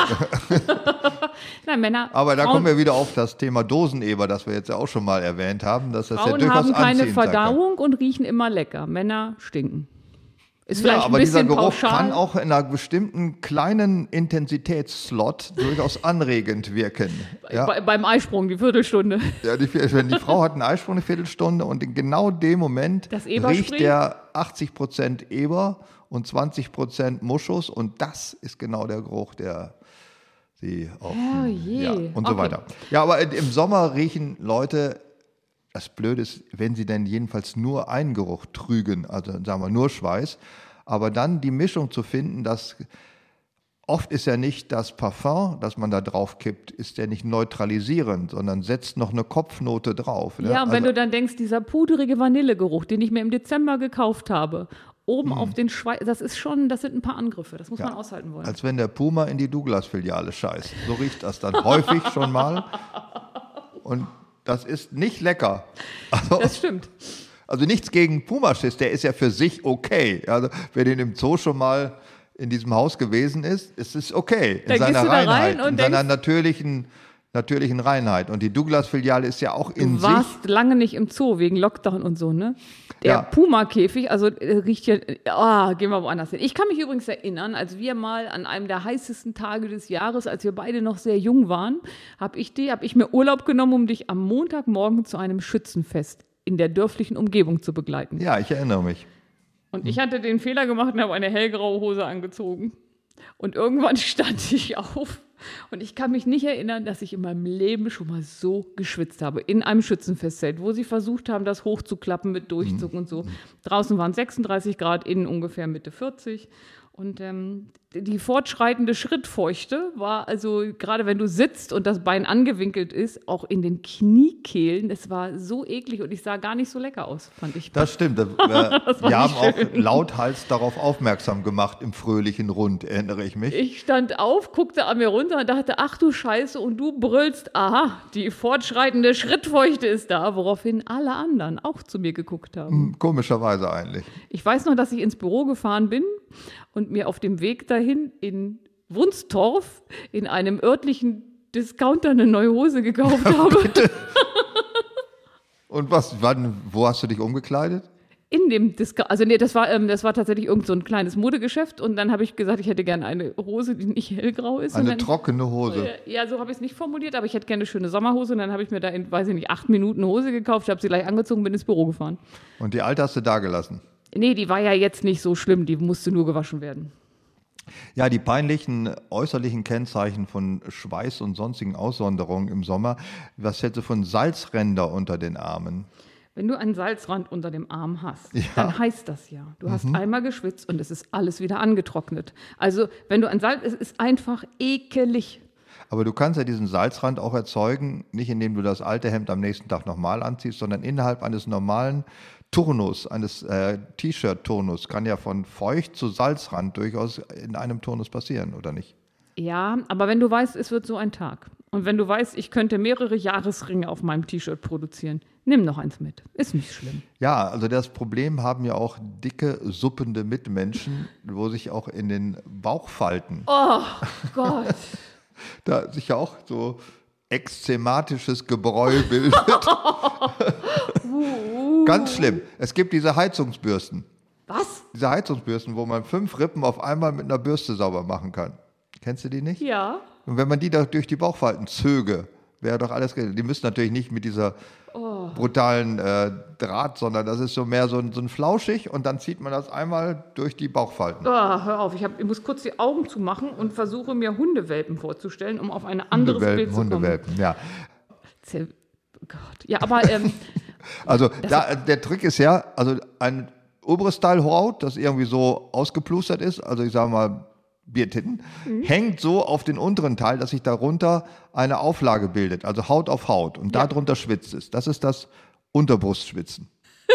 Nein, Männer, Aber da Frauen, kommen wir wieder auf das Thema Doseneber, das wir jetzt ja auch schon mal erwähnt haben, dass das ja Frauen durchaus haben keine anziehend sein kann. Verdauung und riechen immer lecker. Männer stinken. Ist Ja, vielleicht aber ein dieser bisschen Geruch pauschal. kann auch in einer bestimmten kleinen Intensitätsslot durchaus anregend wirken. Ja? Bei, beim Eisprung, die Viertelstunde. Ja, die, wenn die Frau hat einen Eisprung eine Viertelstunde und in genau dem Moment Das Eberspray? riecht der achtzig Prozent Eber und zwanzig Prozent Moschus und das ist genau der Geruch, der sie auch Herrje. ja, und so Okay. weiter. Ja, aber im Sommer riechen Leute, das Blöde ist, wenn sie denn jedenfalls nur einen Geruch trügen, also sagen wir nur Schweiß, aber dann die Mischung zu finden, dass oft ist ja nicht das Parfum, das man da drauf kippt, ist ja nicht neutralisierend, sondern setzt noch eine Kopfnote drauf. Ne? Ja, und wenn also, du dann denkst, dieser puderige Vanillegeruch, den ich mir im Dezember gekauft habe, oben auf den Schweiß, das ist schon, das sind ein paar Angriffe, das muss Ja. man aushalten wollen. als wenn der Puma in die Douglas-Filiale scheißt. So riecht das dann häufig schon mal. Und das ist nicht lecker. Also, Das stimmt. also nichts gegen Pumaschiss, der ist ja für sich okay. Also wer den im Zoo schon mal in diesem Haus gewesen ist, ist es okay. In Da seiner gehst du da rein Reinheit, und in seiner denkst- natürlichen, natürlichen Reinheit. Und die Douglas-Filiale ist ja auch in Du sich. warst lange nicht im Zoo wegen Lockdown und so, ne? Der Ja. Puma-Käfig, also äh, riecht hier, ah, gehen wir woanders hin. Ich kann mich übrigens erinnern, als wir mal an einem der heißesten Tage des Jahres, als wir beide noch sehr jung waren, habe ich, die- hab ich mir Urlaub genommen, um dich am Montagmorgen zu einem Schützenfest in der dörflichen Umgebung zu begleiten. Ja, ich erinnere mich. Und ich hatte den Fehler gemacht und habe eine hellgraue Hose angezogen. Und irgendwann stand ich auf und ich kann mich nicht erinnern, dass ich in meinem Leben schon mal so geschwitzt habe. In einem Schützenfestzelt, wo sie versucht haben, das hochzuklappen mit Durchzug und so. Draußen waren sechsunddreißig Grad, innen ungefähr Mitte vierzig. Und ähm, die fortschreitende Schrittfeuchte war also, gerade wenn du sitzt und das Bein angewinkelt ist, auch in den Kniekehlen. Es war so eklig und ich sah gar nicht so lecker aus, fand ich. Das stimmt. Das, äh, war wir haben nicht auch schön. lauthals darauf aufmerksam gemacht im fröhlichen Rund, erinnere ich mich. Ich stand auf, guckte an mir runter und dachte, ach du Scheiße, und du brüllst, aha, die fortschreitende Schrittfeuchte ist da, woraufhin alle anderen auch zu mir geguckt haben. Komischerweise eigentlich. Ich weiß noch, dass ich ins Büro gefahren bin und mir auf dem Weg dahin in Wunstorf in einem örtlichen Discounter eine neue Hose gekauft habe. Und was, wann, wo hast du dich umgekleidet? In dem Discount, also nee, das war, ähm, das war tatsächlich irgend so ein kleines Modegeschäft und dann habe ich gesagt, ich hätte gerne eine Hose, die nicht hellgrau ist. Eine und dann, trockene Hose. Äh, ja, so habe ich es nicht formuliert, aber ich hätte gerne eine schöne Sommerhose und dann habe ich mir da in, weiß ich nicht, acht Minuten eine Hose gekauft, habe sie gleich angezogen, bin ins Büro gefahren. Und die alte hast du da gelassen? Nee, die war ja jetzt nicht so schlimm, die musste nur gewaschen werden. Ja, die peinlichen äußerlichen Kennzeichen von Schweiß und sonstigen Aussonderungen im Sommer. Was hältst du von Salzränder unter den Armen? Wenn du einen Salzrand unter dem Arm hast, Ja. dann heißt das ja, du hast einmal geschwitzt und es ist alles wieder angetrocknet. Also wenn du ein Salz, es ist einfach ekelig. Aber du kannst ja diesen Salzrand auch erzeugen, nicht indem du das alte Hemd am nächsten Tag nochmal anziehst, sondern innerhalb eines normalen Turnus, eines äh, T-Shirt-Turnus, kann ja von feucht zu Salzrand durchaus in einem Turnus passieren, oder nicht? Ja, aber wenn du weißt, es wird so ein Tag und wenn du weißt, ich könnte mehrere Jahresringe auf meinem T-Shirt produzieren, nimm noch eins mit. Ist nicht schlimm. Ja, also das Problem haben ja auch dicke, suppende Mitmenschen, wo sich auch in den Bauchfalten, Oh Gott. da sich ja auch so ekzematisches Gebräu bildet. Ganz schlimm. Es gibt diese Heizungsbürsten. Was? Diese Heizungsbürsten, wo man fünf Rippen auf einmal mit einer Bürste sauber machen kann. Kennst du die nicht? Ja. Und wenn man die da durch die Bauchfalten zöge, wäre doch alles geregelt. Die müssen natürlich nicht mit dieser oh. brutalen äh, Draht, sondern das ist so mehr so ein, so ein Flauschig und dann zieht man das einmal durch die Bauchfalten. Oh, hör auf, ich, hab, ich muss kurz die Augen zumachen und versuche mir Hundewelpen vorzustellen, um auf ein anderes Hundewelpen, Bild zu kommen. Hundewelpen, ja. Oh Gott. Ja, aber ähm, Also da, der Trick ist ja, also ein oberes Teil Haut, das irgendwie so ausgeplustert ist, also ich sage mal Biertitten, mhm. hängt so auf den unteren Teil, dass sich darunter eine Auflage bildet, also Haut auf Haut und ja. darunter schwitzt es. Das ist das Unterbrustschwitzen.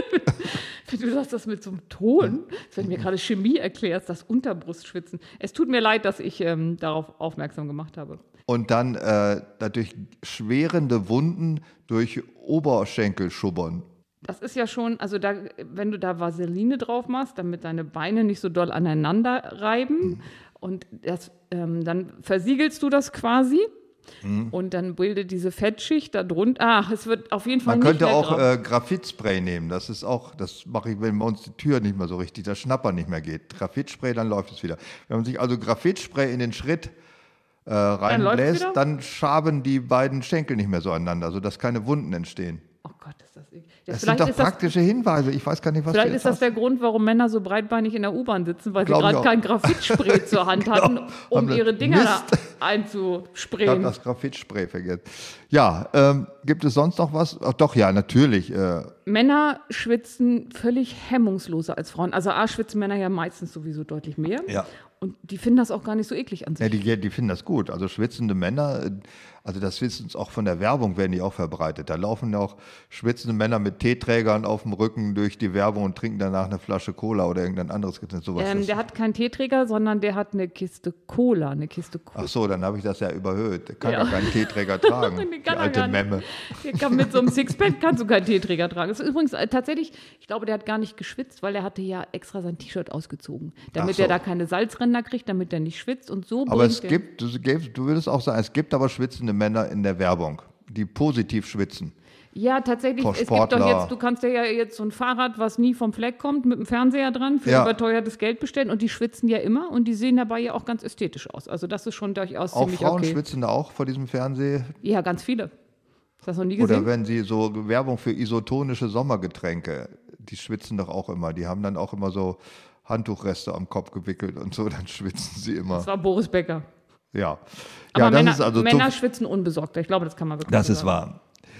Du sagst das mit so einem Ton, als wenn du mir gerade Chemie erklärst, das Unterbrustschwitzen. Es tut mir leid, dass ich ähm, darauf aufmerksam gemacht habe. Und dann äh, dadurch schwerende Wunden durch Oberschenkel schubbern. Das ist ja schon, also da, wenn du da Vaseline drauf machst, damit deine Beine nicht so doll aneinander reiben mhm. und das, ähm, dann versiegelst du das quasi mhm. und dann bildet diese Fettschicht da drunter. Ach, es wird auf jeden Fall Man nicht könnte mehr auch drauf. äh, Graphitspray nehmen. Das ist auch, das mache ich, wenn bei uns die Tür nicht mehr so richtig, der Schnapper nicht mehr geht. Graphitspray, dann läuft es wieder. Wenn man sich also Graphitspray in den Schritt äh, reinbläst, dann, dann schaben die beiden Schenkel nicht mehr so aneinander, sodass keine Wunden entstehen. Oh Gott, ist das eklig. Das Vielleicht sind doch ist das, praktische Hinweise. Ich weiß gar nicht, was Vielleicht du ist jetzt das hast. der Grund, warum Männer so breitbeinig in der U-Bahn sitzen, weil Glaub sie ich gerade auch. kein Graphitspray zur Hand hatten, Genau. um Haben sie- ihre Dinger da Mist. Ich habe einzusprayen. das Graphitspray vergessen. Ja, ähm, gibt es sonst noch was? Ach, doch, ja, natürlich. Äh, Männer schwitzen völlig hemmungsloser als Frauen. Also A, schwitzen Männer ja meistens sowieso deutlich mehr. ja. Und die finden das auch gar nicht so eklig an sich. Ja, die, die finden das gut. Also schwitzende Männer, äh, also das wissen auch von der Werbung, werden die auch verbreitet. Da laufen ja auch schwitzende Männer mit Teeträgern auf dem Rücken durch die Werbung und trinken danach eine Flasche Cola oder irgendein anderes Getränk. Sowas. Ähm, Das- der hat keinen Teeträger, sondern der hat eine Kiste Cola. Eine Kiste Cola. Ach so, dann habe ich das ja überhöht. Der kann Ja. ja keinen Teeträger tragen, Den die kann er alte gar nicht. Memme. Der kann mit so einem Sixpack kannst du keinen Teeträger tragen. Das ist übrigens äh, tatsächlich, ich glaube, der hat gar nicht geschwitzt, weil er hatte ja extra sein T-Shirt ausgezogen, damit Ach so. er da keine Salzränder kriegt, damit der nicht schwitzt und so. Aber bringt es der- gibt, du, gibst- du würdest auch sagen, es gibt aber schwitzende Männer in der Werbung, die positiv schwitzen. Ja, tatsächlich. Vor Es gibt doch Sportler. jetzt, du kannst dir ja jetzt so ein Fahrrad, was nie vom Fleck kommt, mit dem Fernseher dran, für Ja. überteuertes Geld bestellen und die schwitzen ja immer und die sehen dabei ja auch ganz ästhetisch aus. Also das ist schon durchaus Auch ziemlich Frauen okay. schwitzen da auch vor diesem Fernseh. Ja, ganz viele. Hast du das noch nie gesehen? Oder wenn sie so Werbung für isotonische Sommergetränke, die schwitzen doch auch immer. Die haben dann auch immer so Handtuchreste am Kopf gewickelt und so, dann schwitzen sie immer. Das war Boris Becker. Ja, Aber ja das Männer, ist also Männer zu, schwitzen unbesorgter. Ich glaube, das kann man wirklich das so ist sagen. wahr.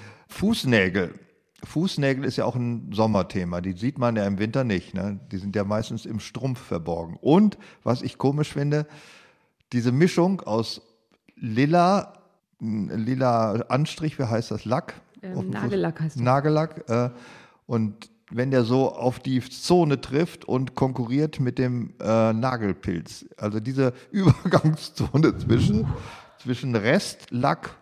Fußnägel. Fußnägel ist ja auch ein Sommerthema. Die sieht man ja im Winter nicht. Ne? Die sind ja meistens im Strumpf verborgen. Und, was ich komisch finde, diese Mischung aus lila, n- lila Anstrich, wie heißt das, Lack? Ähm, Auf dem Fuß- Nagellack heißt das. Nagellack. Äh, und wenn der so auf die Zone trifft und konkurriert mit dem äh, Nagelpilz. Also diese Übergangszone zwischen, zwischen Restlack.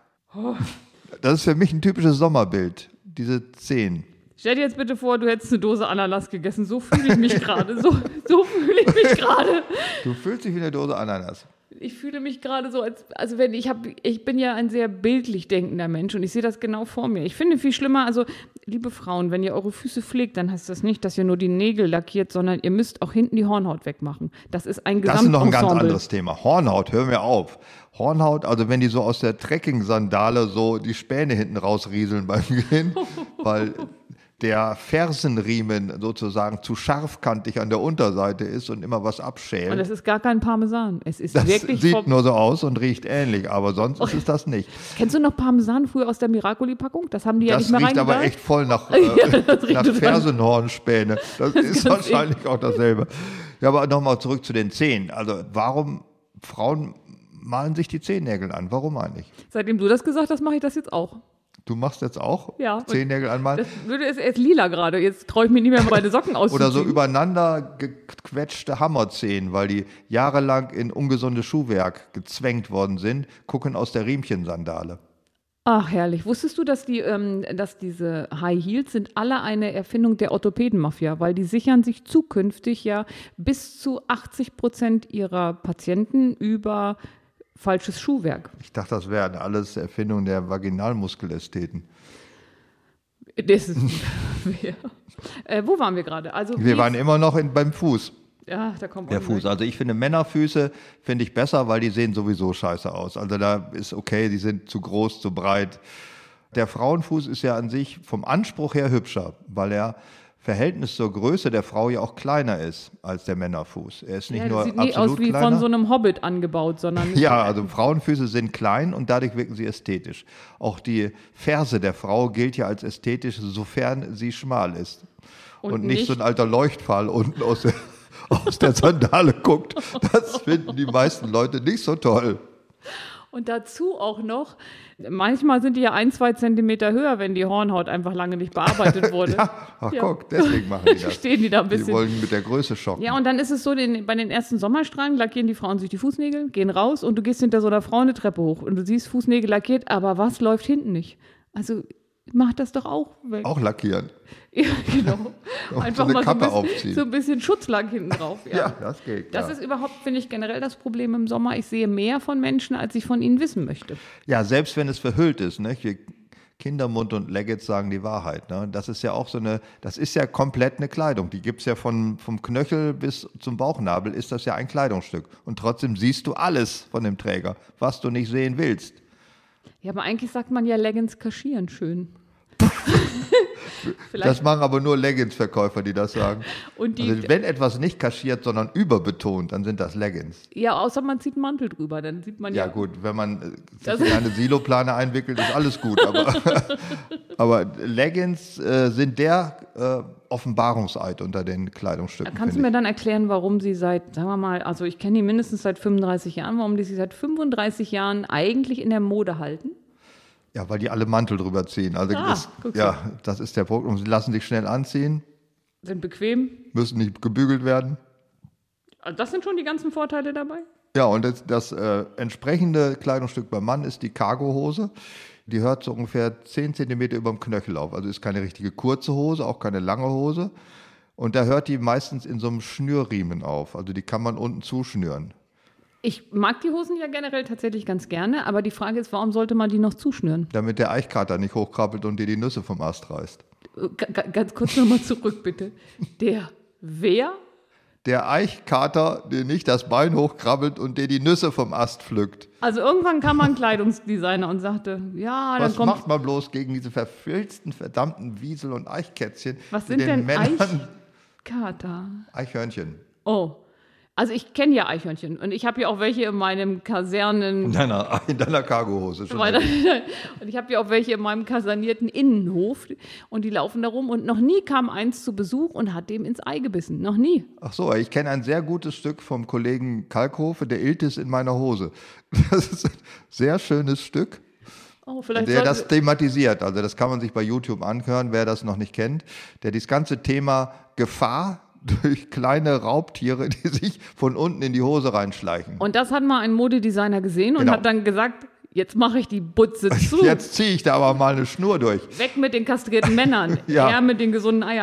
Das ist für mich ein typisches Sommerbild. Diese Zehen. Stell dir jetzt bitte vor, du hättest eine Dose Ananas gegessen. So fühle ich mich gerade. So, so fühle ich mich gerade. Du fühlst dich wie eine Dose Ananas. Ich fühle mich gerade so, als, also wenn ich habe, ich bin ja ein sehr bildlich denkender Mensch und ich sehe das genau vor mir. Ich finde viel schlimmer, also liebe Frauen, wenn ihr eure Füße pflegt, dann heißt das nicht, dass ihr nur die Nägel lackiert, sondern ihr müsst auch hinten die Hornhaut wegmachen. Das ist ein Das ist noch ein ganz Gesamtensemble. anderes Thema. Hornhaut, hör mir auf. Hornhaut, also wenn die so aus der Trekking-Sandale so die Späne hinten rausrieseln beim Gehen, weil der Fersenriemen sozusagen zu scharfkantig an der Unterseite ist und immer was abschält. Und das ist gar kein Parmesan. Es ist Das wirklich sieht vom, nur so aus und riecht ähnlich, aber sonst ist es das nicht. Kennst du noch Parmesan früher aus der Miracoli-Packung? Das haben die ja Das nicht mehr riecht aber reingebracht. echt voll nach, Ja, äh, das riecht nach total- Fersenhornspäne. Das, Das ist ist wahrscheinlich auch dasselbe. Ja, aber nochmal zurück zu den Zehen. Also warum Frauen malen sich die Zehennägel an? Warum eigentlich? Seitdem du das gesagt hast, mache ich das jetzt auch. Du machst jetzt auch Ja. Zehennägel anmalen? Das würde es erst lila gerade. Jetzt traue ich mich nicht mehr, meine Socken auszuziehen. Oder so übereinander gequetschte Hammerzehen, weil die jahrelang in ungesundes Schuhwerk gezwängt worden sind, gucken aus der Riemchensandale. Ach, herrlich. Wusstest du, dass, die, ähm, dass diese High Heels sind alle eine Erfindung der Orthopädenmafia, weil die sichern sich zukünftig ja bis zu achtzig Prozent ihrer Patienten über falsches Schuhwerk. Ich dachte, das wären alles Erfindungen der Vaginalmuskelästheten. Das ist, ja. äh, wo waren wir gerade? Also Wir wie- waren immer noch in, beim Fuß. Ja, da kommt Der man Fuß. nicht. Also ich finde Männerfüße finde ich besser, weil die sehen sowieso scheiße aus. Also da ist okay, die sind zu groß, zu breit. Der Frauenfuß ist ja an sich vom Anspruch her hübscher, weil er Verhältnis zur Größe der Frau ja auch kleiner ist als der Männerfuß. Er ist nicht Ja, das nur sieht nie absolut aus wie kleiner. von so einem Hobbit angebaut, sondern Ja, also Frauenfüße sind klein und dadurch wirken sie ästhetisch. Auch die Ferse der Frau gilt ja als ästhetisch, sofern sie schmal ist. Und, Und nicht, nicht- so ein alter Leuchtpfahl unten aus der, aus der Sandale guckt. Das finden die meisten Leute nicht so toll. Und dazu auch noch, manchmal sind die ja ein, zwei Zentimeter höher, wenn die Hornhaut einfach lange nicht bearbeitet wurde. Ja, ach Ja. guck, deswegen machen die das. Stehen die da ein Die bisschen. wollen mit der Größe schocken. Ja, und dann ist es so, den, bei den ersten Sommerstrahlen lackieren die Frauen sich die Fußnägel, gehen raus und du gehst hinter so einer Frau eine Treppe hoch und du siehst Fußnägel lackiert, aber was läuft hinten nicht? Also mach das doch auch weg. Auch lackieren. Ja, genau. Und Einfach so eine mal Kappe so ein, bisschen, aufziehen. so ein bisschen Schutzlack hinten drauf. Ja. Ja, das geht. Das ja. ist überhaupt, finde ich, generell das Problem im Sommer. Ich sehe mehr von Menschen, als ich von ihnen wissen möchte. Ja, selbst wenn es verhüllt ist, ne? Hier Kindermund und Leggings sagen die Wahrheit. Ne? Das ist ja auch so eine, das ist ja komplett eine Kleidung. Die gibt es ja von, vom Knöchel bis zum Bauchnabel, ist das ja ein Kleidungsstück. Und trotzdem siehst du alles von dem Träger, was du nicht sehen willst. Ja, aber eigentlich sagt man ja Leggings kaschieren schön. Vielleicht. Das machen aber nur Leggings-Verkäufer, die das sagen. Und die, Also wenn etwas nicht kaschiert, sondern überbetont, dann sind das Leggings. ja, außer man zieht einen Mantel drüber, dann sieht man ja. Ja gut, wenn man äh, sich Das- in eine Siloplane einwickelt, ist alles gut. Aber, aber Leggings äh, sind der äh, Offenbarungseid unter den Kleidungsstücken. Kannst du finde mir dann erklären, warum sie seit, sagen wir mal, also ich kenne die mindestens seit fünfunddreißig Jahren, warum die sie seit fünfunddreißig Jahren eigentlich in der Mode halten? ich. Ja, weil die alle Mantel drüber ziehen. Also Ah, das, guckst ja, das ist der Punkt. Und sie lassen sich schnell anziehen, Sind bequem. müssen nicht gebügelt werden. Also das sind schon die ganzen Vorteile dabei. Ja, und das, das äh, entsprechende Kleidungsstück beim Mann ist die Cargohose. Die hört so ungefähr zehn Zentimeter über dem Knöchel auf. Also ist keine richtige kurze Hose, auch keine lange Hose. Und da hört die meistens in so einem Schnürriemen auf. Also die kann man unten zuschnüren. Ich mag die Hosen ja generell tatsächlich ganz gerne, aber die Frage ist, warum sollte man die noch zuschnüren? Damit der Eichkater nicht hochkrabbelt und dir die Nüsse vom Ast reißt. Äh, ga- Ganz kurz nochmal zurück, bitte. Der wer? Der Eichkater, der nicht das Bein hochkrabbelt und dir die Nüsse vom Ast pflückt. Also irgendwann kam man Kleidungsdesigner und sagte, ja, dann Was kommt. macht man bloß gegen diese verfilzten, verdammten Wiesel- und Eichkätzchen? Was die sind den denn Männern Eichkater? Eichhörnchen. Oh. Also ich kenne ja Eichhörnchen und ich habe ja auch welche in meinem Kasernen. In deiner, in deiner Cargohose. Schon Weiter- Und ich habe ja auch welche in meinem kasernierten Innenhof und die laufen da rum und noch nie kam eins zu Besuch und hat dem ins Ei gebissen. Noch nie. Ach so, ich kenne ein sehr gutes Stück vom Kollegen Kalkhofe, der Iltis in meiner Hose. Das ist ein sehr schönes Stück, Oh, vielleicht der sollte- das thematisiert. Also das kann man sich bei YouTube anhören, wer das noch nicht kennt. Der dieses ganze Thema Gefahr durch kleine Raubtiere, die sich von unten in die Hose reinschleichen. Und das hat mal ein Modedesigner gesehen und Genau. hat dann gesagt, jetzt mache ich die Butze zu. Jetzt ziehe ich da aber mal eine Schnur durch. Weg mit den kastrierten Männern, Ja. her mit den gesunden Eiern.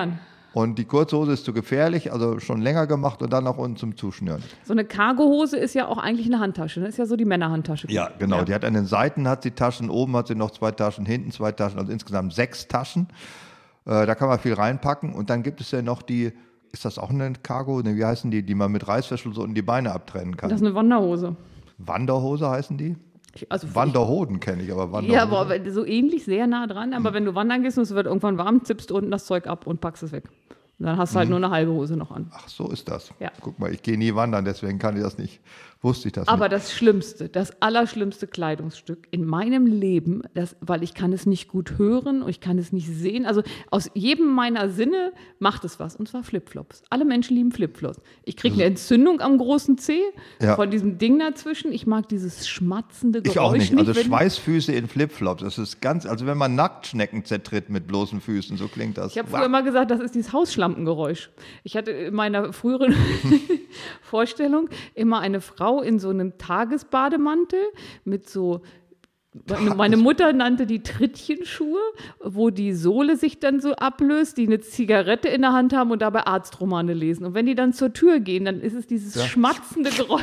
Und die kurze Hose ist zu gefährlich, also schon länger gemacht und dann nach unten zum Zuschnüren. So eine Cargohose ist ja auch eigentlich eine Handtasche. Das ist ja so die Männerhandtasche. Ja, genau. Ja. Die hat an den Seiten hat sie Taschen, oben hat sie noch zwei Taschen, hinten zwei Taschen, also insgesamt sechs Taschen. Äh, da kann man viel reinpacken. Und dann gibt es ja noch die, ist das auch eine Cargo? Ne, wie heißen die, die man mit Reißverschluss unten die Beine abtrennen kann? Das ist eine Wanderhose. Wanderhose heißen die? Ich, also Wanderhoden kenne ich, aber Wanderhose. Ja, aber so ähnlich, sehr nah dran. Aber hm. wenn du wandern gehst und es wird irgendwann warm, zippst du unten das Zeug ab und packst es weg. Und dann hast du halt hm. nur eine halbe Hose noch an. Ach, so ist das. Ja. Guck mal, ich gehe nie wandern, deswegen kann ich das nicht. Wusste ich das Aber nicht. das Schlimmste, das allerschlimmste Kleidungsstück in meinem Leben, das, weil ich kann es nicht gut hören und ich kann es nicht sehen. Also aus jedem meiner Sinne macht es was. Und zwar Flipflops. Alle Menschen lieben Flipflops. Ich kriege eine Entzündung am großen Zeh Ja. von diesem Ding dazwischen. Ich mag dieses schmatzende Geräusch Ich auch nicht. Also wenn- Schweißfüße in Flipflops. Das ist ganz, also wenn man Nacktschnecken zertritt mit bloßen Füßen, so klingt das. Ich habe früher immer gesagt, das ist dieses Hausschlampengeräusch. Ich hatte in meiner früheren Vorstellung immer eine Frau in so einem Tagesbademantel mit so, meine, meine Mutter nannte die Trittchenschuhe, wo die Sohle sich dann so ablöst, die eine Zigarette in der Hand haben und dabei Arztromane lesen. Und wenn die dann zur Tür gehen, dann ist es dieses Ja. schmatzende Geräusch.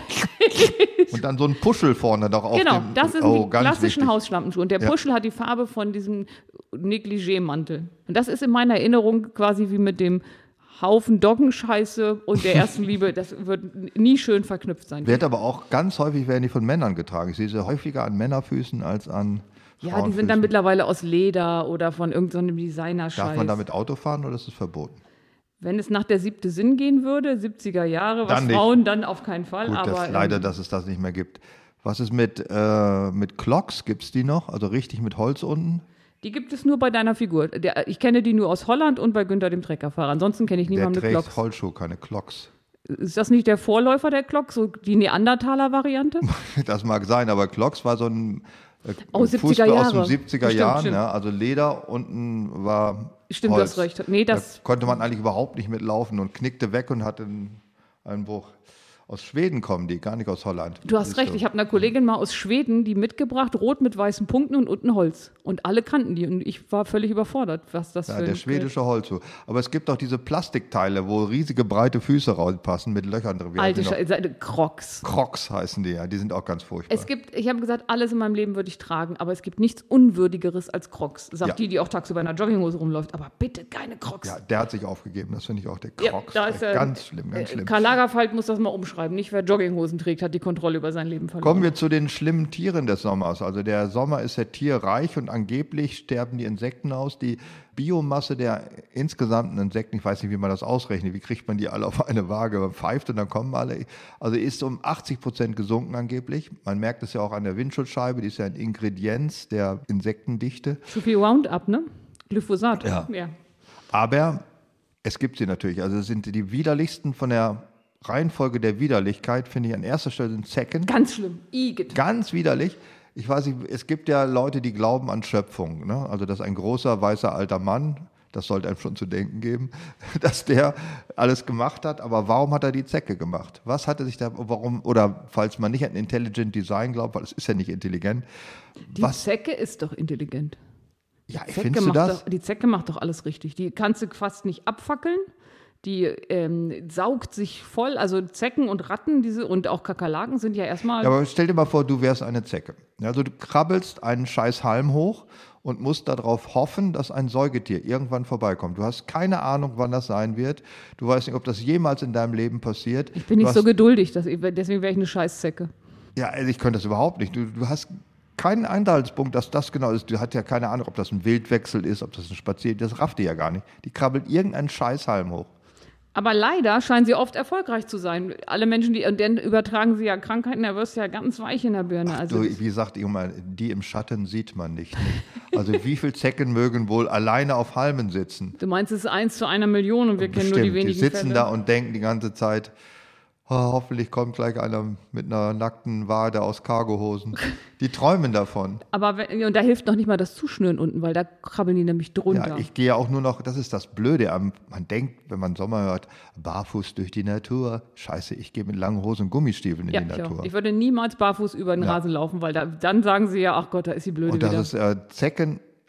Und dann so ein Puschel vorne noch auf Genau, dem. das sind oh, die ganz klassischen wichtig. Hausschlampenschuhe. Und der Ja. Puschel hat die Farbe von diesem Negligé-Mantel. Und das ist in meiner Erinnerung quasi wie mit dem Haufen Doggenscheiße und der ersten Liebe. Das wird nie schön verknüpft sein. Wird aber auch ganz häufig werden die von Männern getragen. Ich sehe sie häufiger an Männerfüßen als an Ja, die sind Frauenfüßen. dann mittlerweile aus Leder oder von irgendeinem Designer-Scheiß. Darf man damit Auto fahren oder ist es verboten? Wenn es nach der siebte Sinn gehen würde, siebziger Jahre, was Dann nicht. Frauen, dann auf keinen Fall. Gut, aber das, leider, ähm, dass es das nicht mehr gibt. Was ist mit, äh, mit Clocks? Gibt es die noch? Also richtig mit Holz unten? die gibt es nur bei deiner Figur. Der, ich kenne die nur aus Holland und bei Günther dem Treckerfahrer. Ansonsten kenne ich Der niemanden mit trägt Glocks. Holzschuhe, keine Clocks. Ist das nicht der Vorläufer der Glock, so die Neandertaler-Variante? Das mag sein, aber Clocks war so ein äh, Oh, siebziger Fußball aus den Jahre. siebziger Stimmt, Jahren. stimmt. Ja, also Leder, unten war Stimmt, du Holz. hast recht. Nee, das, Da konnte man eigentlich überhaupt nicht mitlaufen und knickte weg und hatte einen, einen Bruch. Aus Schweden kommen die, gar nicht aus Holland. du hast Siehst recht. du. Ich habe einer Kollegin mal aus Schweden die mitgebracht, rot mit weißen Punkten und unten Holz. Und alle kannten die. Und ich war völlig überfordert, was das Ja, für der ein schwedische Holzschuh. Aber es gibt auch diese Plastikteile, wo riesige breite Füße rauspassen mit Löchern drin. Wie alte heißen die noch? Scheiße, Crocs. Crocs heißen die, ja. Die sind auch ganz furchtbar. Es gibt, ich habe gesagt, alles in meinem Leben würde ich tragen, aber es gibt nichts Unwürdigeres als Crocs. Sagt Ja. die, die auch tagsüber in einer Jogginghose rumläuft. Aber bitte keine Crocs. Ja, der hat sich aufgegeben. Das finde ich auch der Ja, Crocs. da ist er- ganz schlimm, ganz Äh, schlimm. Karl Lagerfeld muss das mal umschreiben. Nicht wer Jogginghosen trägt, hat die Kontrolle über sein Leben verloren. Kommen wir zu den schlimmen Tieren des Sommers. Also der Sommer ist ja tierreich und angeblich sterben die Insekten aus. Die Biomasse der insgesamten Insekten, ich weiß nicht, wie man das ausrechnet, wie kriegt man die alle auf eine Waage, man pfeift und dann kommen alle, also ist um achtzig Prozent gesunken angeblich. Man merkt es ja auch an der Windschutzscheibe, die ist ja ein Ingredienz der Insektendichte. Zu viel Roundup, ne? Glyphosat. Ja. ja. Aber es gibt sie natürlich. Also es sind die widerlichsten von der Reihenfolge der Widerlichkeit, finde ich an erster Stelle sind Zecken. Ganz schlimm. Igitt. Ganz widerlich. Ich weiß nicht, es gibt ja Leute, die glauben an Schöpfung. Ne? Also, dass ein großer, weißer, alter Mann, das sollte einem schon zu denken geben, dass der alles gemacht hat. Aber warum hat er die Zecke gemacht? Was hatte sich da, warum, oder falls man nicht an Intelligent Design glaubt, weil es ist ja nicht intelligent. Die was, Zecke ist doch intelligent. ja, Zecke findest du macht das? Doch, die Zecke macht doch alles richtig. Die kannst du fast nicht abfackeln. Die ähm, saugt sich voll. Also Zecken und Ratten diese, und auch Kakerlaken sind ja erstmal. Ja, aber stell dir mal vor, du wärst eine Zecke. Also du krabbelst einen scheiß Halm hoch und musst darauf hoffen, dass ein Säugetier irgendwann vorbeikommt. Du hast keine Ahnung, wann das sein wird. Du weißt nicht, ob das jemals in deinem Leben passiert. ich bin du nicht hast, so geduldig, dass ich, deswegen wäre ich eine Scheißzecke. Ja, also ich könnte das überhaupt nicht. Du, du hast keinen Anhaltspunkt, dass das genau ist. Du hast ja keine Ahnung, ob das ein Wildwechsel ist, ob das ein Spazier, das rafft die ja gar nicht. Die krabbelt irgendeinen scheiß Halm hoch. Aber leider scheinen sie oft erfolgreich zu sein. Alle Menschen, die, und dann übertragen sie ja Krankheiten, da wirst du ja ganz weich in der Birne. Also Du, wie gesagt, immer, die im Schatten sieht man nicht. Also wie viele Zecken mögen wohl alleine auf Halmen sitzen? du meinst, es ist eins zu einer Million und wir kennen nur die Bestimmt, die wenigen sitzen Fälle. da und denken die ganze Zeit, oh, hoffentlich kommt gleich einer mit einer nackten Wade aus Cargohosen. Die träumen davon. Aber wenn, und da hilft noch nicht mal das Zuschnüren unten, weil da krabbeln die nämlich drunter. Ja, ich gehe ja auch nur noch, das ist das Blöde, am- man denkt, wenn man Sommer hört, barfuß durch die Natur. Scheiße, ich gehe mit langen Hosen und Gummistiefeln in ja, die ich, Natur. auch. Ich würde niemals barfuß über den Ja. Rasen laufen, weil da, dann sagen sie ja, ach Gott, da ist die Blöde Und wieder. das ist äh, Zecken,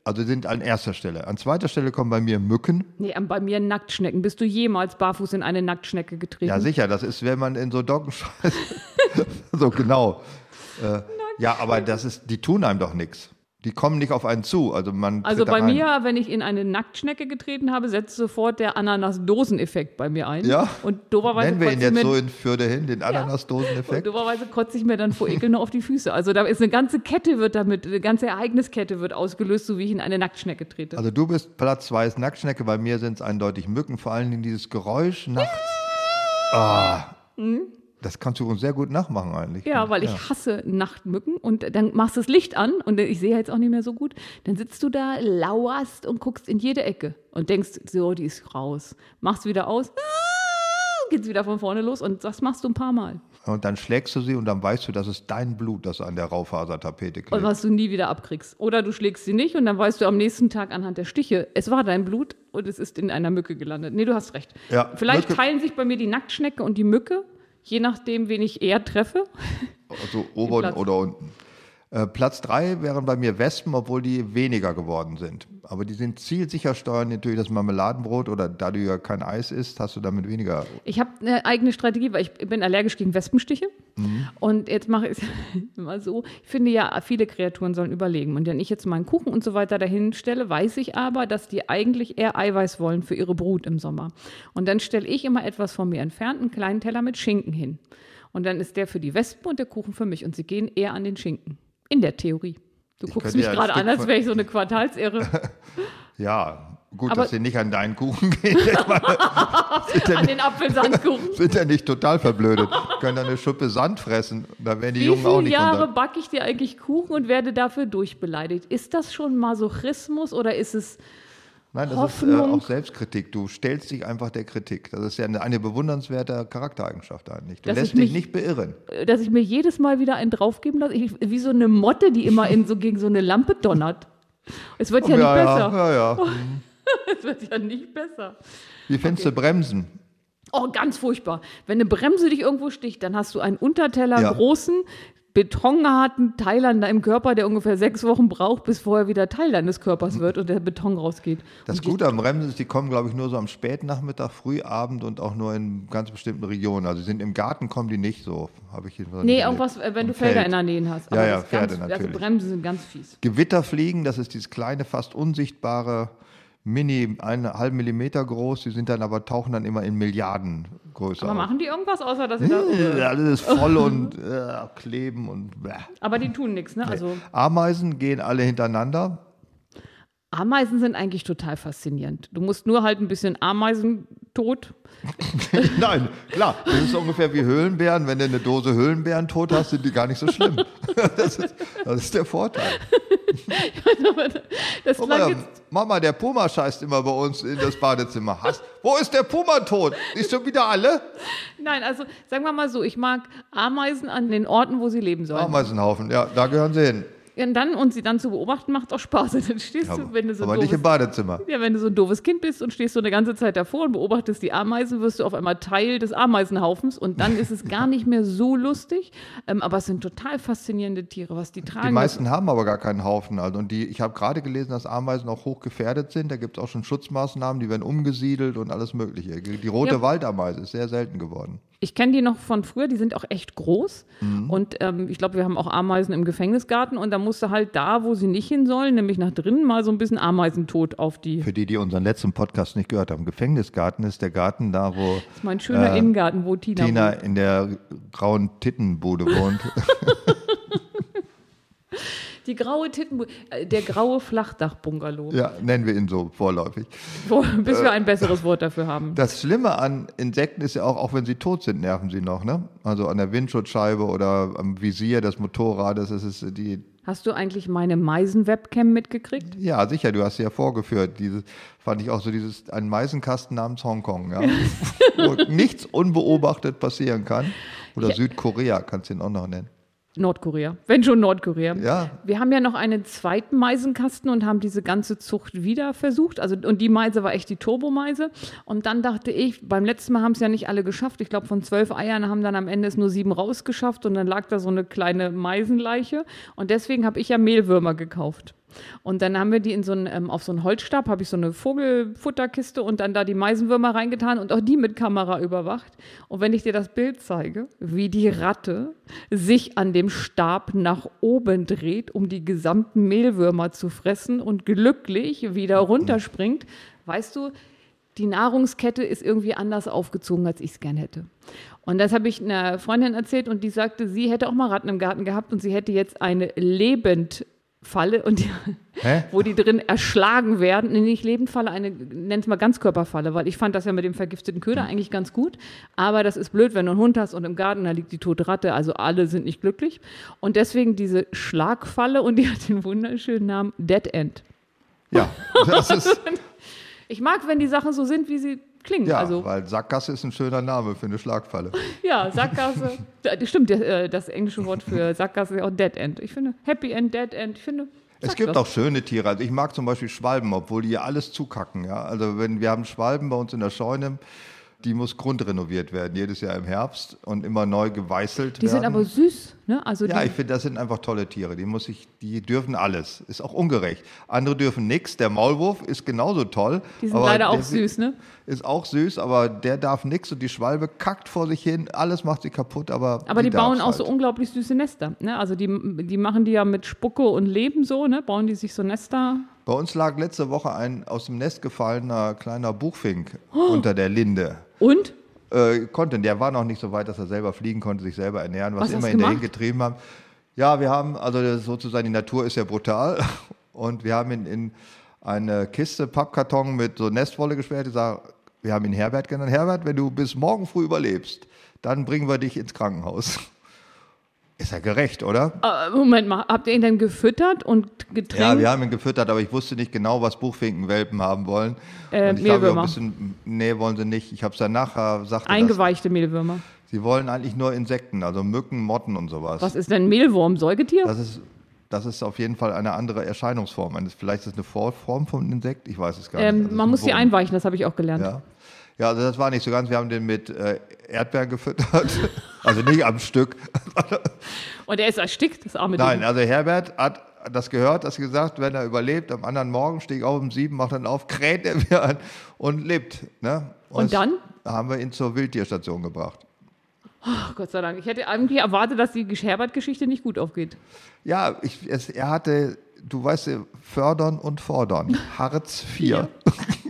Also sind an erster Stelle. An zweiter Stelle kommen bei mir Mücken. Nee, bei mir Nacktschnecken. Bist du jemals barfuß in eine Nacktschnecke getreten? Ja, sicher. Das ist, wenn man in so Doggenscheiß... so, genau. Äh, ja, aber das ist, die tun einem doch nichts. Die kommen nicht auf einen zu. Also, man also tritt da bei rein. mir, wenn ich in eine Nacktschnecke getreten habe, setzt sofort der Ananas-Dosen-Effekt bei mir ein. Ja? Und doberweise Nennen wir ihn kotze ich jetzt mir- so in Fürde hin, den Und Ananas-Dosen-Effekt. doberweise kotze ich mir dann vor Ekel noch auf die Füße. Also da ist eine ganze Kette wird damit, eine ganze Ereigniskette wird ausgelöst, so wie ich in eine Nacktschnecke trete. Also du bist Platz zwei ist Nacktschnecke, bei mir sind es eindeutig Mücken, vor allen Dingen dieses Geräusch nachts. Ah, das kannst du uns sehr gut nachmachen eigentlich. Ja, weil ich hasse Nachtmücken und dann machst du das Licht an und ich sehe jetzt auch nicht mehr so gut. Dann sitzt du da, lauerst und guckst in jede Ecke und denkst, so, die ist raus. Machst wieder aus, geht's wieder von vorne los und das machst du ein paar Mal. Und dann schlägst du sie und dann weißt du, das ist dein Blut, das an der Raufasertapete Und klebt. was du nie wieder abkriegst. Oder du schlägst sie nicht und dann weißt du am nächsten Tag anhand der Stiche, es war dein Blut und es ist in einer Mücke gelandet. Nee, du hast recht. Ja, Vielleicht Mücke- teilen sich bei mir die Nacktschnecke und die Mücke, je nachdem, wen ich eher treffe. Also oben Platz. oder unten. Äh, Platz drei wären bei mir Wespen, obwohl die weniger geworden sind. Aber die sind zielsicher, steuern natürlich das Marmeladenbrot oder da du ja kein Eis isst, hast du damit weniger. Ich habe eine eigene Strategie, weil ich bin allergisch gegen Wespenstiche. Mhm. Und jetzt mache ich es immer so. Ich finde ja, viele Kreaturen sollen überleben. Und wenn ich jetzt meinen Kuchen und so weiter dahin stelle, weiß ich aber, dass die eigentlich eher Eiweiß wollen für ihre Brut im Sommer. Und dann stelle ich immer etwas von mir entfernt, einen kleinen Teller mit Schinken hin. Und dann ist der für die Wespen und der Kuchen für mich. Und sie gehen eher an den Schinken. In der Theorie. Du Ich guckst könnte mich ja ein gerade Stück an, als von- wäre ich so eine Quartalsirre. Ja, gut, Aber- dass sie nicht an deinen Kuchen gehen. Ich meine, sind, ja An nicht, den Apfelsandkuchen. sind ja nicht total verblödet. Können dann eine Schuppe Sand fressen. Da werden die Wie Jungen auch viele nicht Jahre runter. backe ich dir eigentlich Kuchen und werde dafür durchbeleidigt? Ist das schon Masochismus oder ist es Nein, das ist äh, Hoffnung? auch Selbstkritik. Du stellst dich einfach der Kritik. Das ist ja eine, eine bewundernswerte Charaktereigenschaft eigentlich. Du Dass lässt ich dich mich- nicht beirren. dass ich mir jedes Mal wieder einen draufgeben lasse? Ich, wie so eine Motte, die immer in so gegen so eine Lampe donnert. Es wird ja, ja, nicht ja, besser. ja, ja. Es wird ja nicht besser. Wie findest du Bremsen? Oh, ganz furchtbar. Wenn eine Bremse dich irgendwo sticht, dann hast du einen Unterteller Ja. großen, betonharten Teil an deinem Körper, der ungefähr sechs Wochen braucht, bis vorher wieder Teil deines Körpers wird und der Beton rausgeht. Das Und die- Gute am Bremsen ist, die kommen, glaube ich, nur so am Spätnachmittag, Frühabend und auch nur in ganz bestimmten Regionen. Also sie sind im Garten, kommen die nicht so, habe ich jedenfalls Nee, nicht irgendwas, erlebt. äh, wenn du Im Felder Feld. in der Nähe hast. Ja, ja, das ist Pferde ganz, natürlich. Also Bremsen sind ganz fies. Gewitterfliegen, das ist dieses kleine, fast unsichtbare Mini, einen halben Millimeter groß. Die sind dann aber, tauchen dann immer in Milliardengröße Aber auf. machen die irgendwas, außer dass sie da... Äh, Alles ist voll und äh, kleben und bäh. Aber die tun nichts, ne? Also Ameisen gehen alle hintereinander. Ameisen sind eigentlich total faszinierend. Du musst nur halt ein bisschen Ameisentod. Nein, klar, das ist ungefähr wie Höhlenbären. Wenn du eine Dose Höhlenbären tot hast, sind die gar nicht so schlimm. Das ist, das ist der Vorteil. Das Guck klang mal, jetzt, Mama, der Puma scheißt immer bei uns in das Badezimmer. Hast, wo ist der Puma tot? Ist schon wieder alle? nein, also sagen wir mal so, ich mag Ameisen an den Orten, wo sie leben sollen. Ameisenhaufen, ja, da gehören sie hin. Und, dann, und sie dann zu beobachten, macht auch Spaß. Und dann stehst du, wenn du so ein Aber nicht im doofes, Badezimmer. ja, wenn du so ein doofes Kind bist und stehst so eine ganze Zeit davor und beobachtest die Ameisen, wirst du auf einmal Teil des Ameisenhaufens und dann ist es gar nicht mehr so lustig. Ähm, aber es sind total faszinierende Tiere, was die tragen. Die meisten haben aber gar keinen Haufen. Also und die, ich habe gerade gelesen, dass Ameisen auch hoch gefährdet sind. Da gibt es auch schon Schutzmaßnahmen, die werden umgesiedelt und alles Mögliche. Die rote Ja. Waldameise ist sehr selten geworden. Ich kenne die noch von früher, die sind auch echt groß. Mhm. Und ähm, ich glaube, wir haben auch Ameisen im Gefängnisgarten. Und da musst du halt da, wo sie nicht hin sollen, nämlich nach drinnen, mal so ein bisschen Ameisentod auf die. Für die, die unseren letzten Podcast nicht gehört haben, Gefängnisgarten ist der Garten da, wo Das ist mein schöner Äh, Innengarten, wo Tina, Tina wohnt. in der grauen Tittenbude wohnt. Die graue Titten, äh, der graue Flachdach-Bungalow. Ja, nennen wir ihn so vorläufig. Wo, bis wir ein besseres Wort dafür haben. Das Schlimme an Insekten ist ja auch, auch wenn sie tot sind, nerven sie noch, ne? Also an der Windschutzscheibe oder am Visier des Motorrades, das ist die. Hast du eigentlich meine Meisen-Webcam mitgekriegt? Ja, sicher, du hast sie ja vorgeführt. Dieses fand ich auch so, dieses ein Meisenkasten namens Hongkong, ja. Wo nichts unbeobachtet passieren kann. Oder Ja. Südkorea kannst du ihn auch noch nennen. Nordkorea, wenn schon Nordkorea. Ja. Wir haben ja noch einen zweiten Meisenkasten und haben diese ganze Zucht wieder versucht. Also, und die Meise war echt die Turbomeise. Und dann dachte ich, beim letzten Mal haben es ja nicht alle geschafft. Ich glaube, von zwölf Eiern haben dann am Ende es nur sieben rausgeschafft und dann lag da so eine kleine Meisenleiche. Und deswegen habe ich ja Mehlwürmer gekauft. Und dann haben wir die in so einen, ähm, auf so einen Holzstab, habe ich so eine Vogelfutterkiste und dann da die Meisenwürmer reingetan und auch die mit Kamera überwacht. Und wenn ich dir das Bild zeige, wie die Ratte sich an dem Stab nach oben dreht, um die gesamten Mehlwürmer zu fressen und glücklich wieder runterspringt, weißt du, die Nahrungskette ist irgendwie anders aufgezogen, als ich es gern hätte. Und das habe ich einer Freundin erzählt und die sagte, sie hätte auch mal Ratten im Garten gehabt und sie hätte jetzt eine Lebendfalle, und die, wo die drin erschlagen werden. Nee, nicht Lebendfalle, eine, nenn es mal Ganzkörperfalle, weil ich fand das ja mit dem vergifteten Köder eigentlich ganz gut. Aber das ist blöd, wenn du einen Hund hast und im Garten, da liegt die tote Ratte, also alle sind nicht glücklich. Und deswegen diese Schlagfalle, und die hat den wunderschönen Namen Dead End. Ja, das ist... Ich mag, wenn die Sachen so sind, wie sie klingen. Ja, also, weil Sackgasse ist ein schöner Name für eine Schlagfalle. Ja, Sackgasse. Das stimmt, das englische Wort für Sackgasse ist auch Dead End. Ich finde Happy End, Dead End, ich finde... Es gibt was. Auch schöne Tiere. Also ich mag zum Beispiel Schwalben, obwohl die ja alles zukacken. Ja? Also wenn wir haben Schwalben bei uns in der Scheune, die muss grundrenoviert werden, jedes Jahr im Herbst und immer neu geweißelt die werden. Die sind aber süß, ne? Also ja, die ich finde, das sind einfach tolle Tiere. Die muss ich, die dürfen alles. Ist auch ungerecht. Andere dürfen nichts. Der Maulwurf ist genauso toll. Die sind leider auch süß, ne? Ist auch süß, aber der darf nichts und die Schwalbe kackt vor sich hin. Alles macht sie kaputt, aber Aber die, die bauen auch halt. so unglaublich süße Nester, ne? Also die, die machen die ja mit Spucke und Leben so, ne? Bauen die sich so Nester. Bei uns lag letzte Woche ein aus dem Nest gefallener kleiner Buchfink oh. unter der Linde. Und? Äh, konnte, der war noch nicht so weit, dass er selber fliegen konnte, sich selber ernähren, was, was immer in den getrieben haben. Ja, wir haben, also sozusagen die Natur ist ja brutal und wir haben ihn in eine Kiste Pappkarton mit so Nestwolle gesperrt. Ich sage, wir haben ihn Herbert genannt. Herbert, wenn du bis morgen früh überlebst, dann bringen wir dich ins Krankenhaus. Ist ja gerecht, oder? Uh, Moment mal, habt ihr ihn denn gefüttert und getränkt? Ja, wir haben ihn gefüttert, aber ich wusste nicht genau, was Buchfinkenwelpen haben wollen. Äh, und ich Mehlwürmer. Glaube, ein bisschen, nee, wollen sie nicht. Ich habe es dann nachher gesagt. Eingeweichte Mehlwürmer. Sie wollen eigentlich nur Insekten, also Mücken, Motten und sowas. Was ist denn Mehlwurm? Säugetier? Das ist, das ist auf jeden Fall eine andere Erscheinungsform. Vielleicht ist es eine Vorform von Insekt, ich weiß es gar ähm, nicht. Also man muss sie einweichen, das habe ich auch gelernt. Ja. Ja, also das war nicht so ganz. Wir haben den mit äh, Erdbeeren gefüttert. Also nicht am Stück. Und er ist erstickt, das arme Ding. Nein, also Herbert hat das gehört, dass gesagt, wenn er überlebt, am anderen Morgen stehe ich auf um sieben, macht dann auf, kräht er wieder an und lebt. Ne? Und, und dann? Haben wir ihn zur Wildtierstation gebracht. Oh, Gott sei Dank. Ich hätte eigentlich erwartet, dass die Herbert-Geschichte nicht gut aufgeht. Ja, ich, es, er hatte, du weißt, fördern und fordern. Hartz vier. Ja.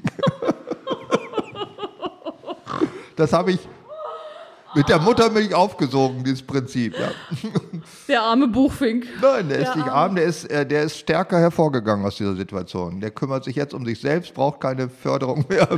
Das habe ich mit der Muttermilch aufgesogen, dieses Prinzip. Ja. Der arme Buchfink. Nein, der, der ist nicht arm, der ist, der ist stärker hervorgegangen aus dieser Situation. Der kümmert sich jetzt um sich selbst, braucht keine Förderung mehr.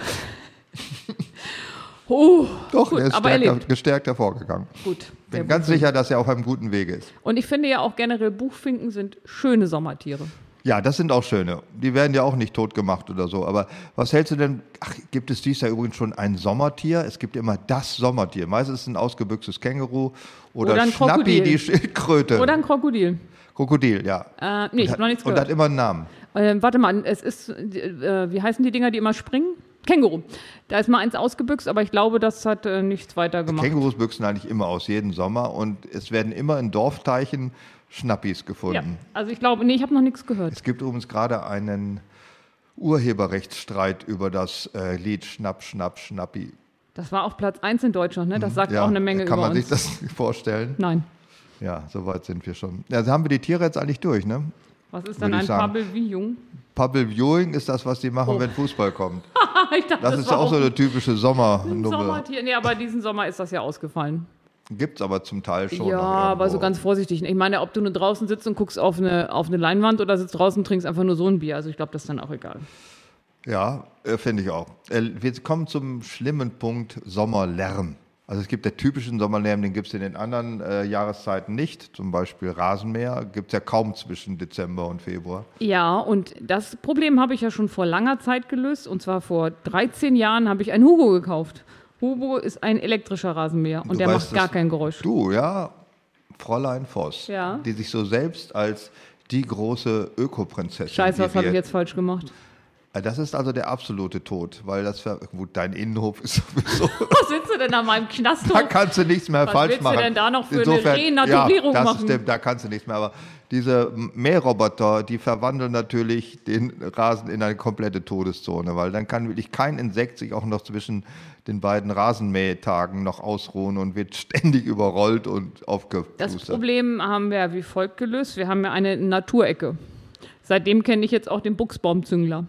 Oh, Doch, gut, der ist aber stärker, er gestärkt hervorgegangen. Gut. Bin ganz Buchfink. sicher, dass er auf einem guten Wege ist. Und ich finde ja auch generell, Buchfinken sind schöne Sommertiere. Ja, das sind auch schöne. Die werden ja auch nicht tot gemacht oder so. Aber was hältst du denn? Ach, gibt es dies Jahr übrigens schon ein Sommertier? Es gibt immer das Sommertier. Meistens ist es ein ausgebüchstes Känguru oder, oder ein Schnappi, Krokodil. Die Schildkröte. Oder ein Krokodil. Krokodil, ja. Äh, nee, ich habe noch nichts gehört. Und hat immer einen Namen. Äh, warte mal, es ist, äh, wie heißen die Dinger, die immer springen? Känguru. Da ist mal eins ausgebüxt, aber ich glaube, das hat äh, nichts weiter gemacht. Kängurus büchsen eigentlich immer aus, jeden Sommer. Und es werden immer in Dorfteichen Schnappis gefunden. Ja, also ich glaube, nee, ich habe noch nichts gehört. Es gibt übrigens gerade einen Urheberrechtsstreit über das äh, Lied Schnapp, Schnapp, Schnappi. Das war auf Platz eins in Deutschland, ne? Das sagt ja auch eine Menge über uns. Kann man sich das vorstellen? Nein. Ja, soweit sind wir schon. Ja, also haben wir die Tiere jetzt eigentlich durch, ne? Was ist denn ein Pavillon? Pavillon ist das, was die machen, oh. wenn Fußball kommt. ich dachte, das, das ist auch so eine typische Sommernummer. Sommertier. Nee, aber diesen Sommer ist das ja ausgefallen. Gibt es aber zum Teil schon. Ja, aber so ganz vorsichtig. Ich meine, ob du nur draußen sitzt und guckst auf eine, auf eine Leinwand oder sitzt draußen und trinkst einfach nur so ein Bier. Also ich glaube, das ist dann auch egal. Ja, äh, finde ich auch. Äh, wir kommen zum schlimmen Punkt Sommerlärm. Also es gibt der typischen Sommerlärm, den gibt es in den anderen äh, Jahreszeiten nicht. Zum Beispiel Rasenmäher gibt es ja kaum zwischen Dezember und Februar. Ja, und das Problem habe ich ja schon vor langer Zeit gelöst. Und zwar vor dreizehn Jahren habe ich einen Hugo gekauft. Hugo ist ein elektrischer Rasenmäher und du der weißt, macht gar kein Geräusch. Du, ja, Fräulein Voss, ja. die sich so selbst als die große Ökoprinzessin Scheiße, was habe ich jetzt falsch gemacht? Ja, das ist also der absolute Tod, weil das, ver- gut, dein Innenhof ist sowieso, Was sitzt du denn an meinem da Knasthof? kannst du nichts mehr Was falsch willst du machen. denn da noch für eine Renaturierung ja, das machen? Stimmt, da kannst du nichts mehr, aber diese Mähroboter, die verwandeln natürlich den Rasen in eine komplette Todeszone, weil dann kann wirklich kein Insekt sich auch noch zwischen den beiden Rasenmähtagen noch ausruhen und wird ständig überrollt und Das aufgeplustert. Problem haben wir wie folgt gelöst. Wir haben ja eine Naturecke. Seitdem kenne ich jetzt auch den Buchsbaumzüngler.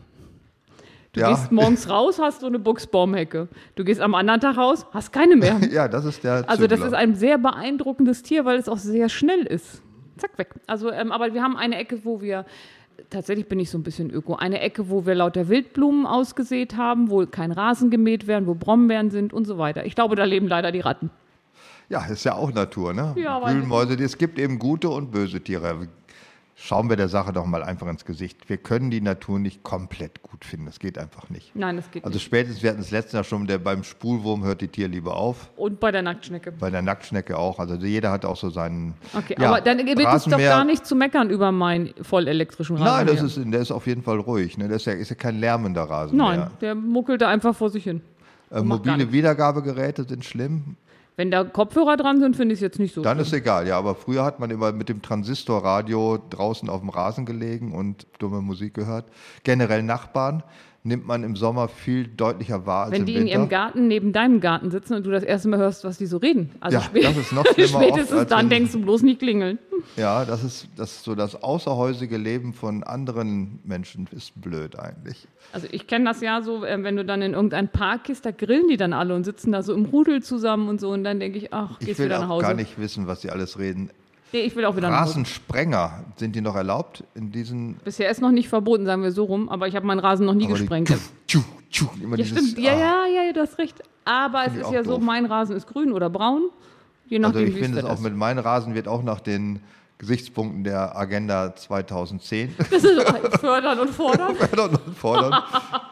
Du Ja. gehst morgens raus, hast so eine Buchsbaumhecke. Du gehst am anderen Tag raus, hast keine mehr. Ja, das ist der Also das Züngler. ist ein sehr beeindruckendes Tier, weil es auch sehr schnell ist. Zack, weg. Also, ähm, aber wir haben eine Ecke, wo wir, tatsächlich bin ich so ein bisschen öko, eine Ecke, wo wir lauter Wildblumen ausgesät haben, wo kein Rasen gemäht werden, wo Brombeeren sind und so weiter. Ich glaube, da leben leider die Ratten. Ja, ist ja auch Natur, ne? Ja, aber- Wühlmäuse, es gibt eben gute und böse Tiere. Schauen wir der Sache doch mal einfach ins Gesicht. Wir können die Natur nicht komplett gut finden. Das geht einfach nicht. Nein, das geht Also nicht. spätestens, wir hatten es letztes Jahr schon, der beim Spulwurm hört die Tierliebe auf. Und bei der Nacktschnecke. Bei der Nacktschnecke auch. Also jeder hat auch so seinen. Okay, Ja, aber dann gibt es doch Rasenmäher- gar nicht zu meckern über meinen vollelektrischen Rasenmäher. Nein, das ist, der ist auf jeden Fall ruhig. Ne? Der ist ja, ist ja kein lärmender Rasenmäher. Nein, der muckelt da einfach vor sich hin. Äh, macht gar mobile nichts. Wiedergabegeräte sind schlimm. Wenn da Kopfhörer dran sind, finde ich es jetzt nicht so Dann schlimm. ist egal, ja. Aber früher hat man immer mit dem Transistorradio draußen auf dem Rasen gelegen und dumme Musik gehört. Generell Nachbarn nimmt man im Sommer viel deutlicher wahr als Wenn im die in Winter. ihrem Garten neben deinem Garten sitzen und du das erste Mal hörst, was die so reden. Also Ja, spä- das ist noch schlimmer oft, spätestens als dann wenn- denkst du bloß nicht klingeln. Ja, das ist, das ist so das außerhäusige Leben von anderen Menschen ist blöd eigentlich. Also ich kenne das ja so, äh, wenn du dann in irgendein Park gehst, da grillen die dann alle und sitzen da so im Rudel zusammen und so und dann denke ich, ach, Ich gehst will wieder nach auch Hause. gar nicht wissen, was sie alles reden. Nee, ich will auch wieder nach Hause. Rasensprenger, sind die noch erlaubt in diesen... Bisher ist noch nicht verboten, sagen wir so rum, aber ich habe meinen Rasen noch nie aber die gesprengt. tschuh, tschuh, tschuh, immer Ja, dieses, stimmt. Ja, ah. ja, ja, du hast recht. Aber es Finde ich ist auch ja so, doof. mein Rasen ist grün oder braun, je Also nachdem, ich wie es finde es Wetter auch ist. mit meinem Rasen wird auch nach den Gesichtspunkten der Agenda zweitauszehn Das ist fördern und fordern. fordern und fordern.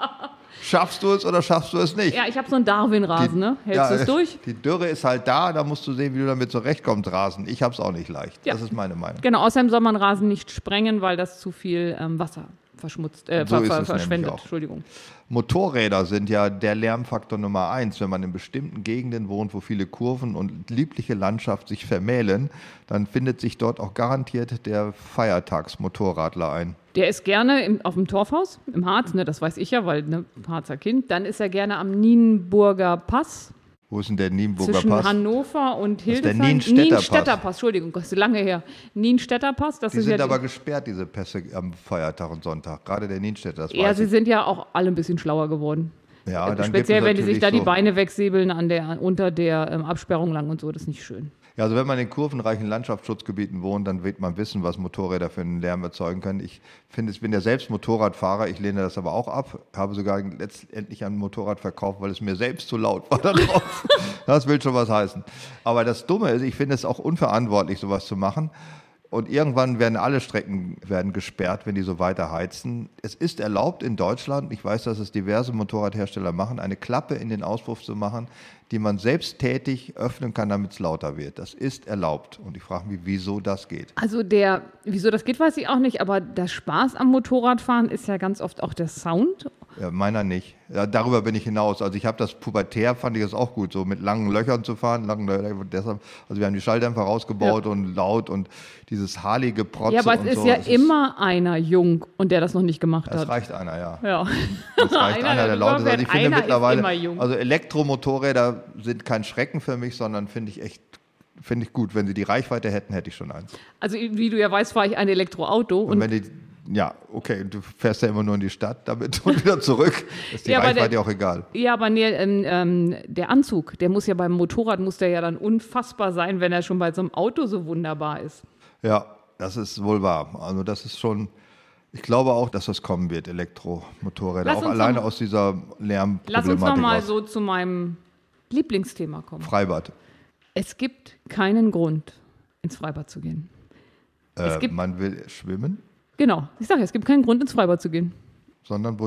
Schaffst du es oder schaffst du es nicht? Ja, ich habe so einen Darwin-Rasen, ne? Hältst Ja, du es durch? Die Dürre ist halt da, da musst du sehen, wie du damit zurechtkommst, Rasen. Ich habe es auch nicht leicht. Ja. Das ist meine Meinung. Genau, außerdem soll man Rasen nicht sprengen, weil das zu viel ähm, Wasser verschmutzt, äh, So ver ist ver es nämlich verschwendet. auch. Entschuldigung. Motorräder sind ja der Lärmfaktor Nummer eins. Wenn man in bestimmten Gegenden wohnt, wo viele Kurven und liebliche Landschaft sich vermählen, dann findet sich dort auch garantiert der Feiertagsmotorradler ein. Der ist gerne im, auf dem Torfhaus im Harz, ne, das weiß ich ja, weil ne, Harzer Kind. Dann ist er gerne am Nienburger Pass Wo ist denn der Nienburger zwischen Pass? Hannover und ist der Hildesheim. Nienstädter Pass. Nienstädter Pass, Entschuldigung, das ist lange her. Nienstädter Pass, das Die ist sind ja aber gesperrt, diese Pässe am Feiertag und Sonntag. Gerade der Nienstädter, das ja, weiß sie ich. sind ja auch alle ein bisschen schlauer geworden. Ja, dann gibt Speziell, es wenn die sich natürlich da die so- Beine wegsäbeln an der, unter der ähm, Absperrung lang und so, das ist nicht schön. Ja, also wenn man in kurvenreichen Landschaftsschutzgebieten wohnt, dann wird man wissen, was Motorräder für einen Lärm erzeugen können. Ich finde, ich bin ja selbst Motorradfahrer, ich lehne das aber auch ab, habe sogar letztendlich ein Motorrad verkauft, weil es mir selbst zu laut war da drauf. Das will schon was heißen. Aber das Dumme ist, ich finde es auch unverantwortlich, sowas zu machen. Und irgendwann werden alle Strecken werden gesperrt, wenn die so weiter heizen. Es ist erlaubt in Deutschland, ich weiß, dass es diverse Motorradhersteller machen, eine Klappe in den Auspuff zu machen, die man selbsttätig öffnen kann, damit es lauter wird. Das ist erlaubt. Und ich frage mich, wieso das geht. Also der, wieso das geht, weiß ich auch nicht, aber der Spaß am Motorradfahren ist ja ganz oft auch der Sound. Ja, meiner nicht. Ja, darüber bin ich hinaus. Also ich habe das pubertär, fand ich das auch gut, so mit langen Löchern zu fahren. Langen Löchern, deshalb, also wir haben die Schalldämpfer rausgebaut Ja. und laut und dieses haarige Protze Ja, aber es und ist so. ja Es immer einer jung und der das noch nicht gemacht Es hat. reicht einer, ja. Ja. Es reicht einer, der laut ist. Also ich finde einer mittlerweile, ist immer jung. also Elektromotorräder sind kein Schrecken für mich, sondern finde ich echt, finde ich gut. Wenn sie die Reichweite hätten, hätte ich schon eins. Also wie du ja weißt, fahre ich ein Elektroauto Und, und wenn die, ja, okay, du fährst ja immer nur in die Stadt damit und wieder zurück, ist die Ja, aber Reichweite der- auch egal. ja, aber nee, ähm, ähm, der Anzug, der muss ja beim Motorrad, muss der ja dann unfassbar sein, wenn er schon bei so einem Auto so wunderbar ist. Ja, das ist wohl wahr. Also das ist schon, ich glaube auch, dass das kommen wird, Elektromotorräder. Lass Auch uns alleine noch- aus dieser Lärmproblematik Lass uns noch mal raus. so zu meinem Lieblingsthema kommen. Freibad. Es gibt keinen Grund, ins Freibad zu gehen. Es Äh, gibt- man will schwimmen, Genau, ich sage ja, es gibt keinen Grund, ins Freibad zu gehen. sondern wohin?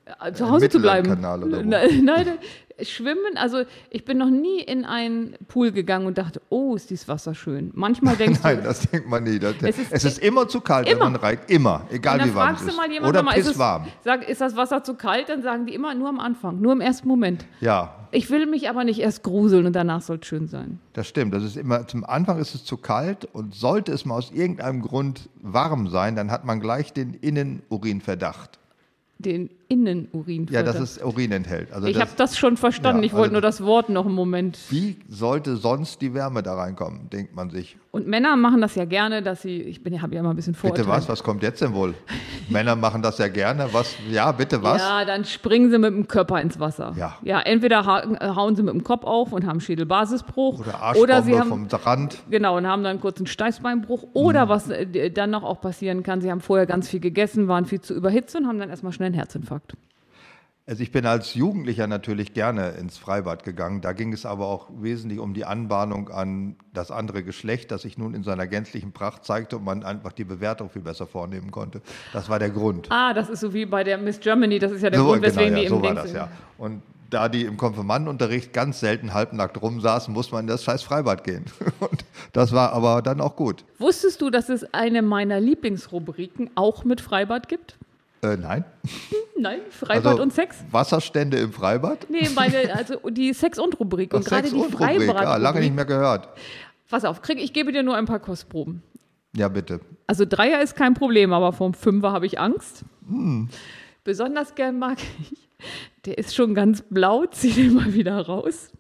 Zu Hause zu bleiben. Mittellandkanal oder wo? Nein, nein, schwimmen, also ich bin noch nie in einen Pool gegangen und dachte, oh, ist dieses Wasser schön. Manchmal denkst Nein, du... das denkt man nie. Das, Es ist- es ist immer zu kalt, immer. wenn man reicht. Immer, egal Und dann wie warm fragst es du ist. mal jemanden, Oder sag mal, ist, es, pisswarm. sag, ist das Wasser zu kalt? Dann sagen die immer nur am Anfang, nur im ersten Moment. Ja, Ich will mich aber nicht erst gruseln und danach soll es schön sein. das stimmt. Das ist immer, zum Anfang ist es zu kalt und sollte es mal aus irgendeinem Grund warm sein, dann hat man gleich den Innenurinverdacht. Den Innenurin. Ja, dass es Urin enthält. Also Ich das, habe das schon verstanden, Ja, ich wollte also- nur das Wort noch einen Moment. Wie sollte sonst die Wärme da reinkommen, denkt man sich. Und Männer machen das ja gerne, dass sie, ich bin, habe ja immer ein bisschen Vorurteile. Bitte was? Was kommt jetzt denn wohl? Männer machen das ja gerne. Was? Ja, bitte was? Ja, dann springen sie mit dem Körper ins Wasser. Ja. Ja, entweder ha hauen sie mit dem Kopf auf und haben Schädelbasisbruch. Oder Arschbombe sie haben, vom Rand. Genau, und haben dann kurz einen Steißbeinbruch. Mhm. Oder was äh, dann noch auch passieren kann, sie haben vorher ganz viel gegessen, waren viel zu überhitzt und haben dann erstmal schnell einen Herzinfarkt. Also ich bin als Jugendlicher natürlich gerne ins Freibad gegangen. Da ging es aber auch wesentlich um die Anbahnung an das andere Geschlecht, das sich nun in seiner gänzlichen Pracht zeigte und man einfach die Bewertung viel besser vornehmen konnte. Das war der Grund. Ah, das ist so wie bei der Miss Germany, das ist ja der So, Grund, weswegen genau, ja, die so im war Dings das, sind. ja. Und da die im Konfirmandenunterricht ganz selten halbnackt rumsaßen, muss man in das scheiß Freibad gehen. Und das war aber dann auch gut. Wusstest du, dass es eine meiner Lieblingsrubriken auch mit Freibad gibt? Äh, nein. Nein, Freibad Also und Sex? Wasserstände im Freibad? Nee, meine, also die Sex- und Rubrik. Und Ach, gerade Sex die und Rubrik. Freibad. Ja, lange nicht mehr gehört. Pass auf, krieg, ich gebe dir nur ein paar Kostproben. Ja, bitte. Also Dreier ist kein Problem, aber vom Fünfer habe ich Angst. Hm. Besonders gern mag ich. Der ist schon ganz blau, zieh den mal wieder raus.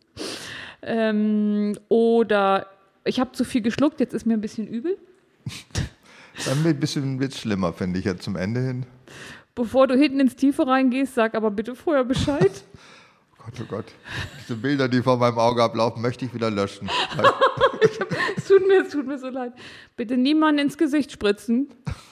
Ähm, oder ich habe zu viel geschluckt, jetzt ist mir ein bisschen übel. Dann wird ein bisschen wird's schlimmer, finde ich jetzt zum Ende hin. Bevor du hinten ins Tiefe reingehst, sag aber bitte vorher Bescheid. Oh Gott, oh Gott. Diese Bilder, die vor meinem Auge ablaufen, möchte ich wieder löschen. Es tut mir, es tut mir so leid. Bitte niemanden ins Gesicht spritzen.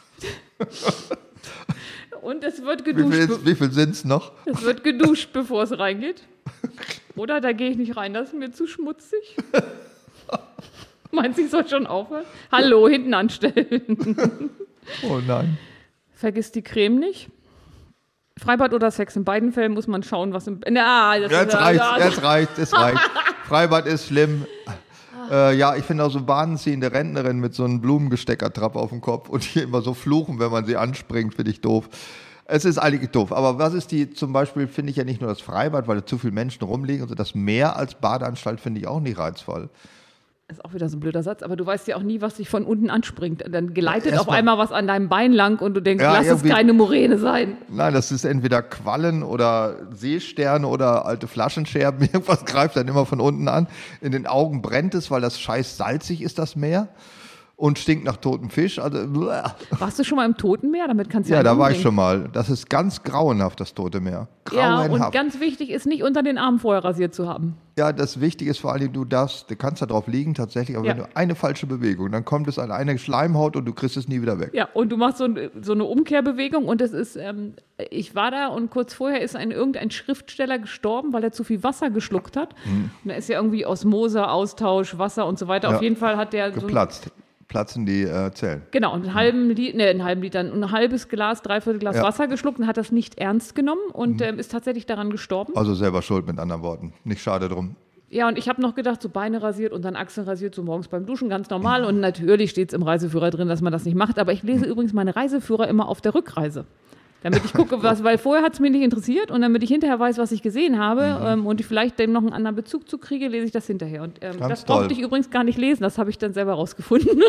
Und es wird Wie geduscht. viel, be- wie viel sind es noch? Es wird geduscht, bevor es reingeht. Oder da gehe ich nicht rein, das ist mir zu schmutzig. Meinst du, ich soll schon aufhören? Hallo, hinten anstellen. Oh nein. Vergiss die Creme nicht. Freibad oder Sex, in beiden Fällen muss man schauen, was im... Na, das Jetzt ist, reicht, ja, jetzt reicht, es reicht. Freibad ist schlimm. Äh, ja, ich finde auch so bahnziehende Rentnerinnen mit so einem Blumengesteckertrapp auf dem Kopf und die immer so fluchen, wenn man sie anspringt, finde ich doof. Es ist eigentlich doof. Aber was ist die, zum Beispiel finde ich ja nicht nur das Freibad, weil da zu viele Menschen rumliegen, also das Meer als Badeanstalt finde ich auch nicht reizvoll. ist auch wieder so ein blöder Satz, aber du weißt ja auch nie, was dich von unten anspringt. Dann gleitet Erst auf mal- einmal was an deinem Bein lang und du denkst, Ja, lass es irgendwie- keine Moräne sein. Nein, das ist entweder Quallen oder Seesterne oder alte Flaschenscherben. Irgendwas greift dann immer von unten an. In den Augen brennt es, weil das scheiß salzig ist, das Meer. Und stinkt nach totem Fisch. Also, bläh. Warst du schon mal im Toten Meer? Damit kannst du Ja, einen da war ich umbringen. schon mal. Das ist ganz grauenhaft, das Tote Meer. Ja, Grauenhaft. und ganz wichtig ist nicht unter den Armen vorher rasiert zu haben. Ja, das Wichtige ist vor allem, du darfst, du kannst da drauf liegen tatsächlich, aber Ja. wenn du eine falsche Bewegung, dann kommt es an eine Schleimhaut und du kriegst es nie wieder weg. Ja, und du machst so, ein, so eine Umkehrbewegung und das ist, ähm, ich war da und kurz vorher ist ein irgendein Schriftsteller gestorben, weil er zu viel Wasser geschluckt hat. Und da ist ja irgendwie Osmose, Austausch, Wasser und so weiter. Mhm. Ja. Auf jeden Fall hat der so ein, Geplatzt. Platzen die äh, Zellen. genau, einen halben Liter, ne, einen halben Liter, ein halbes Glas, dreiviertel Glas Ja. Wasser geschluckt und hat das nicht ernst genommen und ähm, ist tatsächlich daran gestorben. Also selber schuld mit anderen Worten. Nicht schade drum. Ja, und ich habe noch gedacht, so Beine rasiert und dann Achseln rasiert, so morgens beim Duschen, ganz normal. Und natürlich steht es im Reiseführer drin, dass man das nicht macht. Aber ich lese übrigens meine Reiseführer immer auf der Rückreise. Damit ich gucke, was, weil vorher hat es mich nicht interessiert und damit ich hinterher weiß, was ich gesehen habe ähm, und ich vielleicht dem noch einen anderen Bezug zu kriege, lese ich das hinterher. Und ähm, Ganz das brauchte toll. ich übrigens gar nicht lesen, das habe ich dann selber rausgefunden.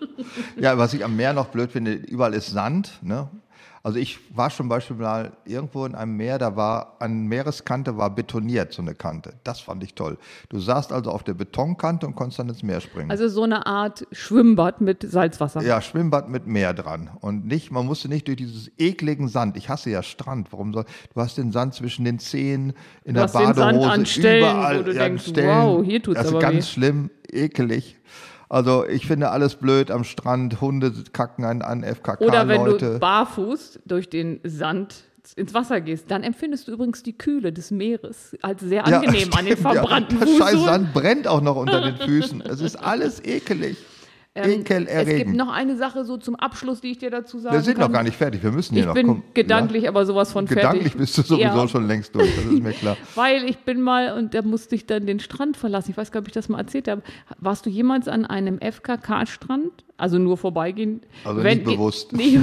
Ja, was ich am Meer noch blöd finde, überall ist Sand. Ne? Also ich war zum Beispiel mal irgendwo in einem Meer, da war an Meereskante war betoniert, so eine Kante. Das fand ich toll. Du saßt also auf der Betonkante und konntest dann ins Meer springen. Also so eine Art Schwimmbad mit Salzwasser. Ja, Schwimmbad mit Meer dran. Und nicht, man musste nicht durch dieses ekligen Sand. Ich hasse ja Strand. Warum soll, du hast den Sand zwischen den Zehen, in Du der hast den Sand Badehose, an Stellen, überall. wo du ja, an denkst, wow, hier tut's also aber ganz weh. schlimm, ekelig. Also ich finde alles blöd am Strand. Hunde kacken einen an, F K Oder wenn K-Leute. du barfuß durch den Sand ins Wasser gehst, dann empfindest du übrigens die Kühle des Meeres als sehr angenehm an den stimmt, verbrannten ja. Das scheiß Fußsohlen. Sand brennt auch noch unter den Füßen. Es ist alles ekelig. Ähm, Ekelerregend. es gibt noch eine Sache so zum Abschluss, die ich dir dazu sagen Wir sind kann. noch gar nicht fertig, wir müssen hier Ich noch bin kommen. gedanklich Ja? aber sowas von Gedanklich fertig. bist du sowieso Ja. schon längst durch, das ist mir klar. Weil ich bin mal, und da musste ich dann den Strand verlassen. Ich weiß gar nicht, ob ich das mal erzählt habe. Warst du jemals an einem F K K-Strand? Also nur vorbeigehen? Also wenn, nicht bewusst. Nee,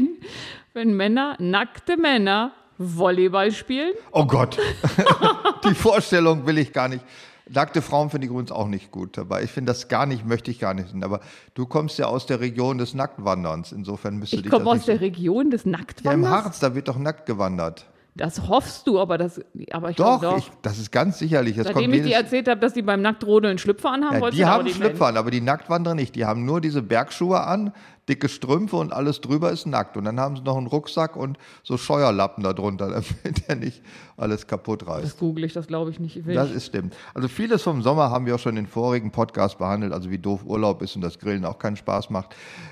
wenn Männer, nackte Männer, Volleyball spielen? Oh Gott, die Vorstellung will ich gar nicht. Nackte Frauen finde ich übrigens auch nicht gut, aber ich finde das gar nicht, möchte ich gar nicht. Aber du kommst ja aus der Region des Nacktwanderns, insofern müsste Ich dich komme das aus nicht der so- Region des Ja, im Nacktwanderns. Harz, da wird doch nackt gewandert. Das hoffst du, aber das, aber ich Doch, glaube doch. ich, das ist ganz sicherlich. Das Seitdem kommt ich dir jedes, erzählt habe, dass die beim Nacktrodeln Schlüpfer anhaben, ja, wolltest die du aber haben nicht Schlüpfer an, aber die Nacktwanderer nicht. Die haben nur diese Bergschuhe an, dicke Strümpfe und alles drüber ist nackt. Und dann haben sie noch einen Rucksack und so Scheuerlappen da drunter, damit der nicht alles kaputt reißt. Das google ich, das glaube ich nicht. Ich will Das nicht. ist stimmt. Also vieles vom Sommer haben wir auch schon in vorigen Podcasts behandelt, also wie doof Urlaub ist und das Grillen auch keinen Spaß macht.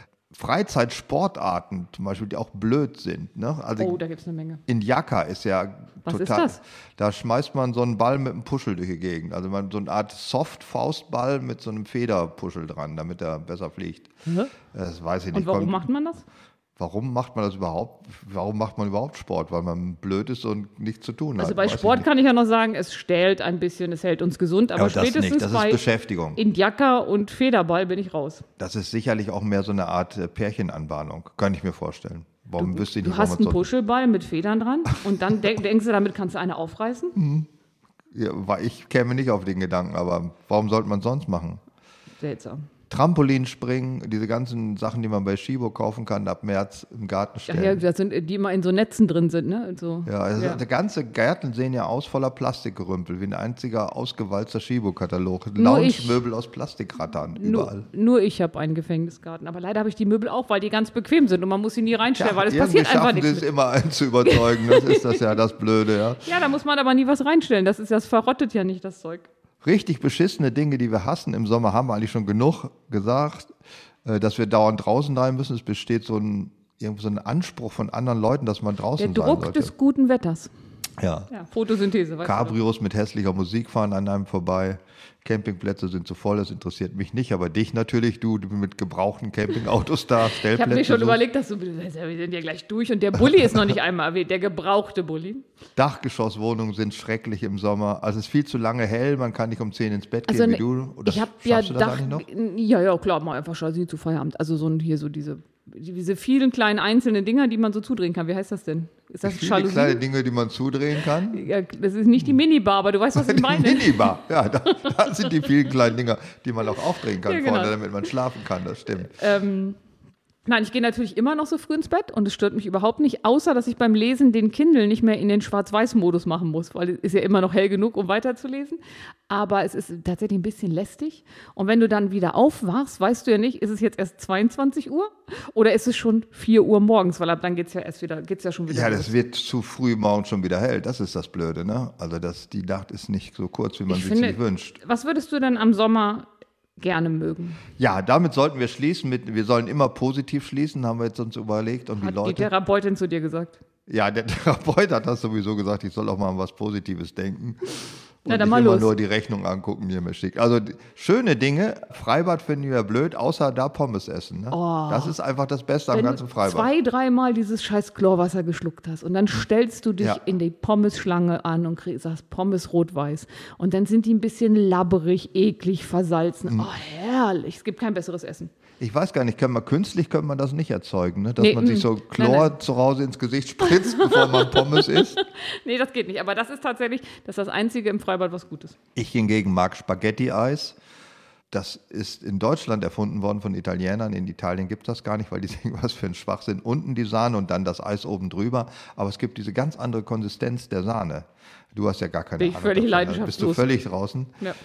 Freizeitsportarten zum Beispiel, die auch blöd sind. Ne? Also Oh, da gibt es eine Menge. Indiaka ist ja Was ist total. das? Da schmeißt man so einen Ball mit einem Puschel durch die Gegend. Also man so eine Art Soft-Faustball mit so einem Federpuschel dran, damit er besser fliegt. Hä? Das weiß ich nicht. Und warum Kommt- macht man das? Warum macht man das überhaupt? Warum macht man überhaupt Sport? Weil man blöd ist und nichts zu tun hat. Also bei Weiß ich Sport nicht. kann ich ja noch sagen, es stählt ein bisschen, es hält uns gesund, aber Aber das spätestens nicht, das ist bei Beschäftigung. Indiaka und Federball bin ich raus. Das ist sicherlich auch mehr so eine Art äh, Pärchenanbahnung. Kann ich mir vorstellen. Warum wüsste ich Du nicht, hast warum einen man so- Puschelball mit Federn dran und dann denk, denkst du, damit kannst du eine aufreißen? Ja, weil ich käme nicht auf den Gedanken, aber warum sollte man sonst machen? Seltsam. Trampolinspringen, diese ganzen Sachen, die man bei Shibo kaufen kann, ab März im Garten Ach ja, stellen. das sind die immer in so Netzen drin sind, ne? Und so. Ja, also Ja. die ganze Gärten sehen ja aus voller Plastikgerümpel, wie ein einziger ausgewalzter Shibo-Katalog. Nur ich- Lounge-Möbel aus Plastikrattern, überall. Nur, nur ich habe einen Gefängnisgarten, aber leider habe ich die Möbel auch, weil die ganz bequem sind und man muss sie nie reinstellen, weil es irgendwie passiert einfach schaffen sie nichts. es Mit. immer, einen zu überzeugen. Das ist das ja das Blöde, ja. Ja, da muss man aber nie was reinstellen. Das ist das verrottet ja nicht das Zeug. Richtig beschissene Dinge, die wir hassen im Sommer, haben wir eigentlich schon genug gesagt, äh, dass wir dauernd draußen sein müssen. Es besteht so ein, irgendwo so ein Anspruch von anderen Leuten, dass man Der draußen sein Druck sollte. des guten Wetters. Ja. Ja, Photosynthese, weißt du. Cabrios mit hässlicher Musik fahren an einem vorbei. Campingplätze sind zu voll, das interessiert mich nicht, aber dich natürlich, du, du mit gebrauchten Campingautos da, Ich Stellplätze. habe mir schon suchst. überlegt, dass du, wir sind ja gleich durch und der Bulli ist noch nicht einmal erwähnt, der gebrauchte Bulli. Dachgeschosswohnungen sind schrecklich im Sommer. Also es ist viel zu lange hell, man kann nicht um zehn ins Bett Also gehen ne, wie du. Oder ich habe schaffst ja du das Dach, eigentlich noch? ja, ja, klar, mal einfach Jalousien zu Feierabend. Also so ein, hier so diese, diese vielen kleinen einzelnen Dinger, die man so zudrehen kann. Wie heißt das denn? Ist das Viele Jalousien? kleine Dinge, die man zudrehen kann. Ja, das ist nicht die Minibar, aber du weißt, was ich meine. Minibar, ja, da, da sind die vielen kleinen Dinger, die man auch aufdrehen kann Ja, genau. vorne, damit man schlafen kann, das stimmt. Ähm, nein, ich gehe natürlich immer noch so früh ins Bett und es stört mich überhaupt nicht, außer dass ich beim Lesen den Kindle nicht mehr in den Schwarz-Weiß-Modus machen muss, weil es ist ja immer noch hell genug, um weiterzulesen. Aber es ist tatsächlich ein bisschen lästig. Und wenn du dann wieder aufwachst, weißt du ja nicht, ist es jetzt erst zweiundzwanzig Uhr oder ist es schon vier Uhr morgens, weil ab dann geht es ja erst wieder, geht's ja schon wieder Ja, los. das wird zu früh morgens schon wieder hell, das ist das Blöde, ne? Also das, die Nacht ist nicht so kurz, wie man Ich sich finde- sie wünscht. Was würdest du denn am Sommer gerne mögen? Ja, damit sollten wir schließen. Mit, wir sollen immer positiv schließen, haben wir jetzt uns überlegt. Und die Hat die Leute. Therapeutin zu dir gesagt? Ja, der Therapeut hat das sowieso gesagt, ich soll auch mal an was Positives denken. Und Na, dann nicht mal immer los. nur die Rechnung angucken, die er mir schickt. Also die, schöne Dinge, Freibad finden wir blöd, außer da Pommes essen. Ne? Oh. Das ist einfach das Beste am Wenn ganzen du Freibad. zwei, dreimal dieses scheiß Chlorwasser geschluckt hast und dann stellst du dich Ja. in die Pommesschlange an und kriegst, sagst Pommes rot-weiß und dann sind die ein bisschen labberig, eklig, versalzen. Mhm. Oh, herrlich. Es gibt kein besseres Essen. Ich weiß gar nicht, kann man künstlich könnte man das nicht erzeugen, ne? dass Nee, man sich mm, so nein, Chlor nein. zu Hause ins Gesicht spritzt, bevor man Pommes isst. Nee, das geht nicht. Aber das ist tatsächlich das, ist das Einzige im Freibad, was gut ist. Ich hingegen mag Spaghetti-Eis. Das ist in Deutschland erfunden worden von Italienern. In Italien gibt es das gar nicht, weil die sagen, was für ein Schwachsinn. Unten die Sahne und dann das Eis oben drüber. Aber es gibt diese ganz andere Konsistenz der Sahne. Du hast ja gar keine Bin ich Ahnung. völlig davon. Da bist du leidenschaftslos. völlig draußen. Ja.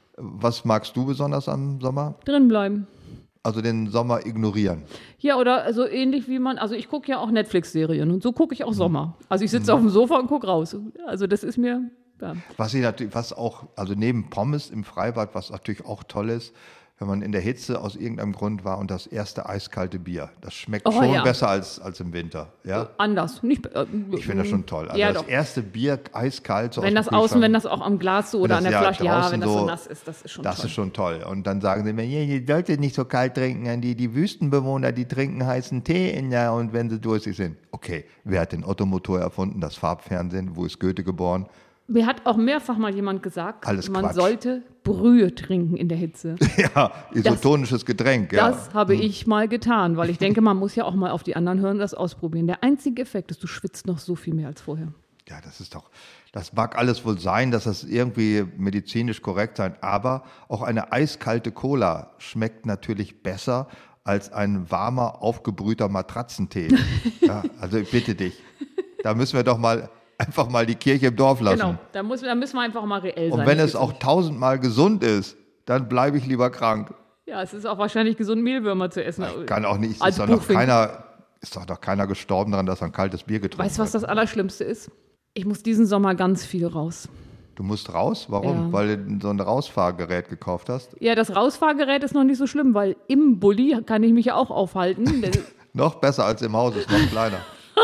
Was magst du besonders am Sommer? Drin bleiben. Also den Sommer ignorieren. Ja, oder so ähnlich wie man, also ich gucke ja auch Netflix-Serien und so gucke ich auch Sommer. Also ich sitze auf dem Sofa und gucke raus. Also das ist mir, ja. Was ich natürlich, was auch, also neben Pommes im Freibad, was natürlich auch toll ist, wenn man in der Hitze aus irgendeinem Grund war und das erste eiskalte Bier. Das schmeckt Oh, schon ja. besser als, als im Winter. Ja? Anders. Nicht, äh, Ich finde das schon toll. Also ja, das doch. erste Bier eiskalt. So Wenn aus das dem außen, Kühlschrank, wenn das auch am Glas so oder an das der ja Flasche, ja, draußen wenn das so so- nass ist, das ist schon das toll. ist schon toll. Und dann sagen sie mir, ja, ihr solltet nicht so kalt trinken. Die, die Wüstenbewohner, die trinken heißen Tee in der, und wenn sie durstig sind. Okay, wer hat den Ottomotor erfunden? Das Farbfernsehen. Wo ist Goethe geboren? Mir hat auch mehrfach mal jemand gesagt, Alles man Quatsch. sollte Brühe trinken in der Hitze. Ja, isotonisches Getränk. Ja. Das habe ich mal getan, weil ich denke, man muss ja auch mal auf die anderen hören und das ausprobieren. Der einzige Effekt ist, du schwitzt noch so viel mehr als vorher. Ja, das ist doch, das mag alles wohl sein, dass das irgendwie medizinisch korrekt sein, aber auch eine eiskalte Cola schmeckt natürlich besser als ein warmer, aufgebrühter Matratzentee. Ja, also ich bitte dich, da müssen wir doch mal einfach mal die Kirche im Dorf lassen. Genau, da, muss, da müssen wir einfach mal reell sein. Und wenn Das es geht's auch nicht. tausendmal gesund ist, dann bleibe ich lieber krank. Ja, es ist auch wahrscheinlich gesund, Mehlwürmer zu essen. Kann auch nicht, Als ist doch noch Buchfink. keiner, ist doch noch keiner gestorben daran, dass er ein kaltes Bier getrunken Weißt du, was hat. das Allerschlimmste ist? Ich muss diesen Sommer ganz viel raus. Du musst raus? Warum? Ja. Weil du so ein Rausfahrgerät gekauft hast? Ja, das Rausfahrgerät ist noch nicht so schlimm, weil im Bulli kann ich mich ja auch aufhalten. Da Noch besser als im Haus, ist noch kleiner.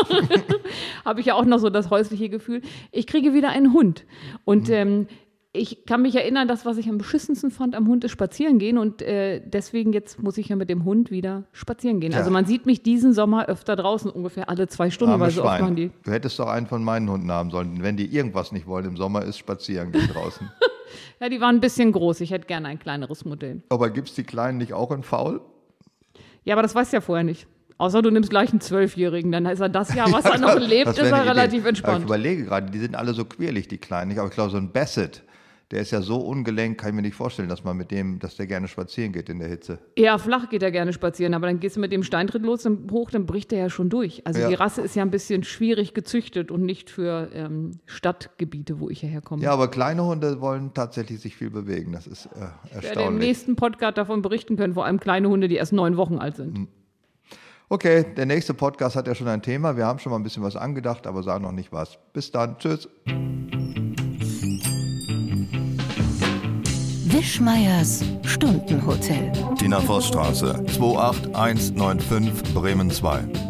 habe ich ja auch noch so das häusliche Gefühl. Ich kriege wieder einen Hund. Und ähm, ich kann mich erinnern, das, was ich am beschissensten fand am Hund, ist spazieren gehen. Und äh, deswegen jetzt muss ich ja mit dem Hund wieder spazieren gehen. Tja. Also man sieht mich diesen Sommer öfter draußen, ungefähr alle zwei Stunden, Arme weil so oft machen Schwein. die. Du hättest doch einen von meinen Hunden haben sollen. Wenn die irgendwas nicht wollen im Sommer, ist spazieren gehen draußen. Ja, die waren ein bisschen groß. Ich hätte gerne ein kleineres Modell. Aber gibt es die Kleinen nicht auch in faul? Ja, aber das weißt du ja vorher nicht. Außer du nimmst gleich einen Zwölfjährigen, dann ist er das Jahr, was er noch lebt, Das ist wäre er eine Idee. relativ Aber entspannt. ich überlege gerade, die sind alle so quirlig, die Kleinen. nicht? Aber ich glaube, so ein Basset, der ist ja so ungelenkt, kann ich mir nicht vorstellen, dass man mit dem, dass der gerne spazieren geht in der Hitze. Ja, flach geht er gerne spazieren, aber dann gehst du mit dem Steintritt los und hoch, dann bricht er ja schon durch. Also Ja. die Rasse ist ja ein bisschen schwierig gezüchtet und nicht für ähm, Stadtgebiete, wo ich hierher komme. Ja, aber kleine Hunde wollen tatsächlich sich viel bewegen. Das ist äh, Ich werde im erstaunlich. nächsten Podcast davon berichten können, vor allem kleine Hunde, die erst neun Wochen alt sind. Okay, der nächste Podcast hat ja schon ein Thema. Wir haben schon mal ein bisschen was angedacht, aber sagen noch nicht was. Bis dann. Tschüss. Wischmeiers Stundenhotel. Tina Voss Straße, zwei acht eins neun fünf, Bremen zwei.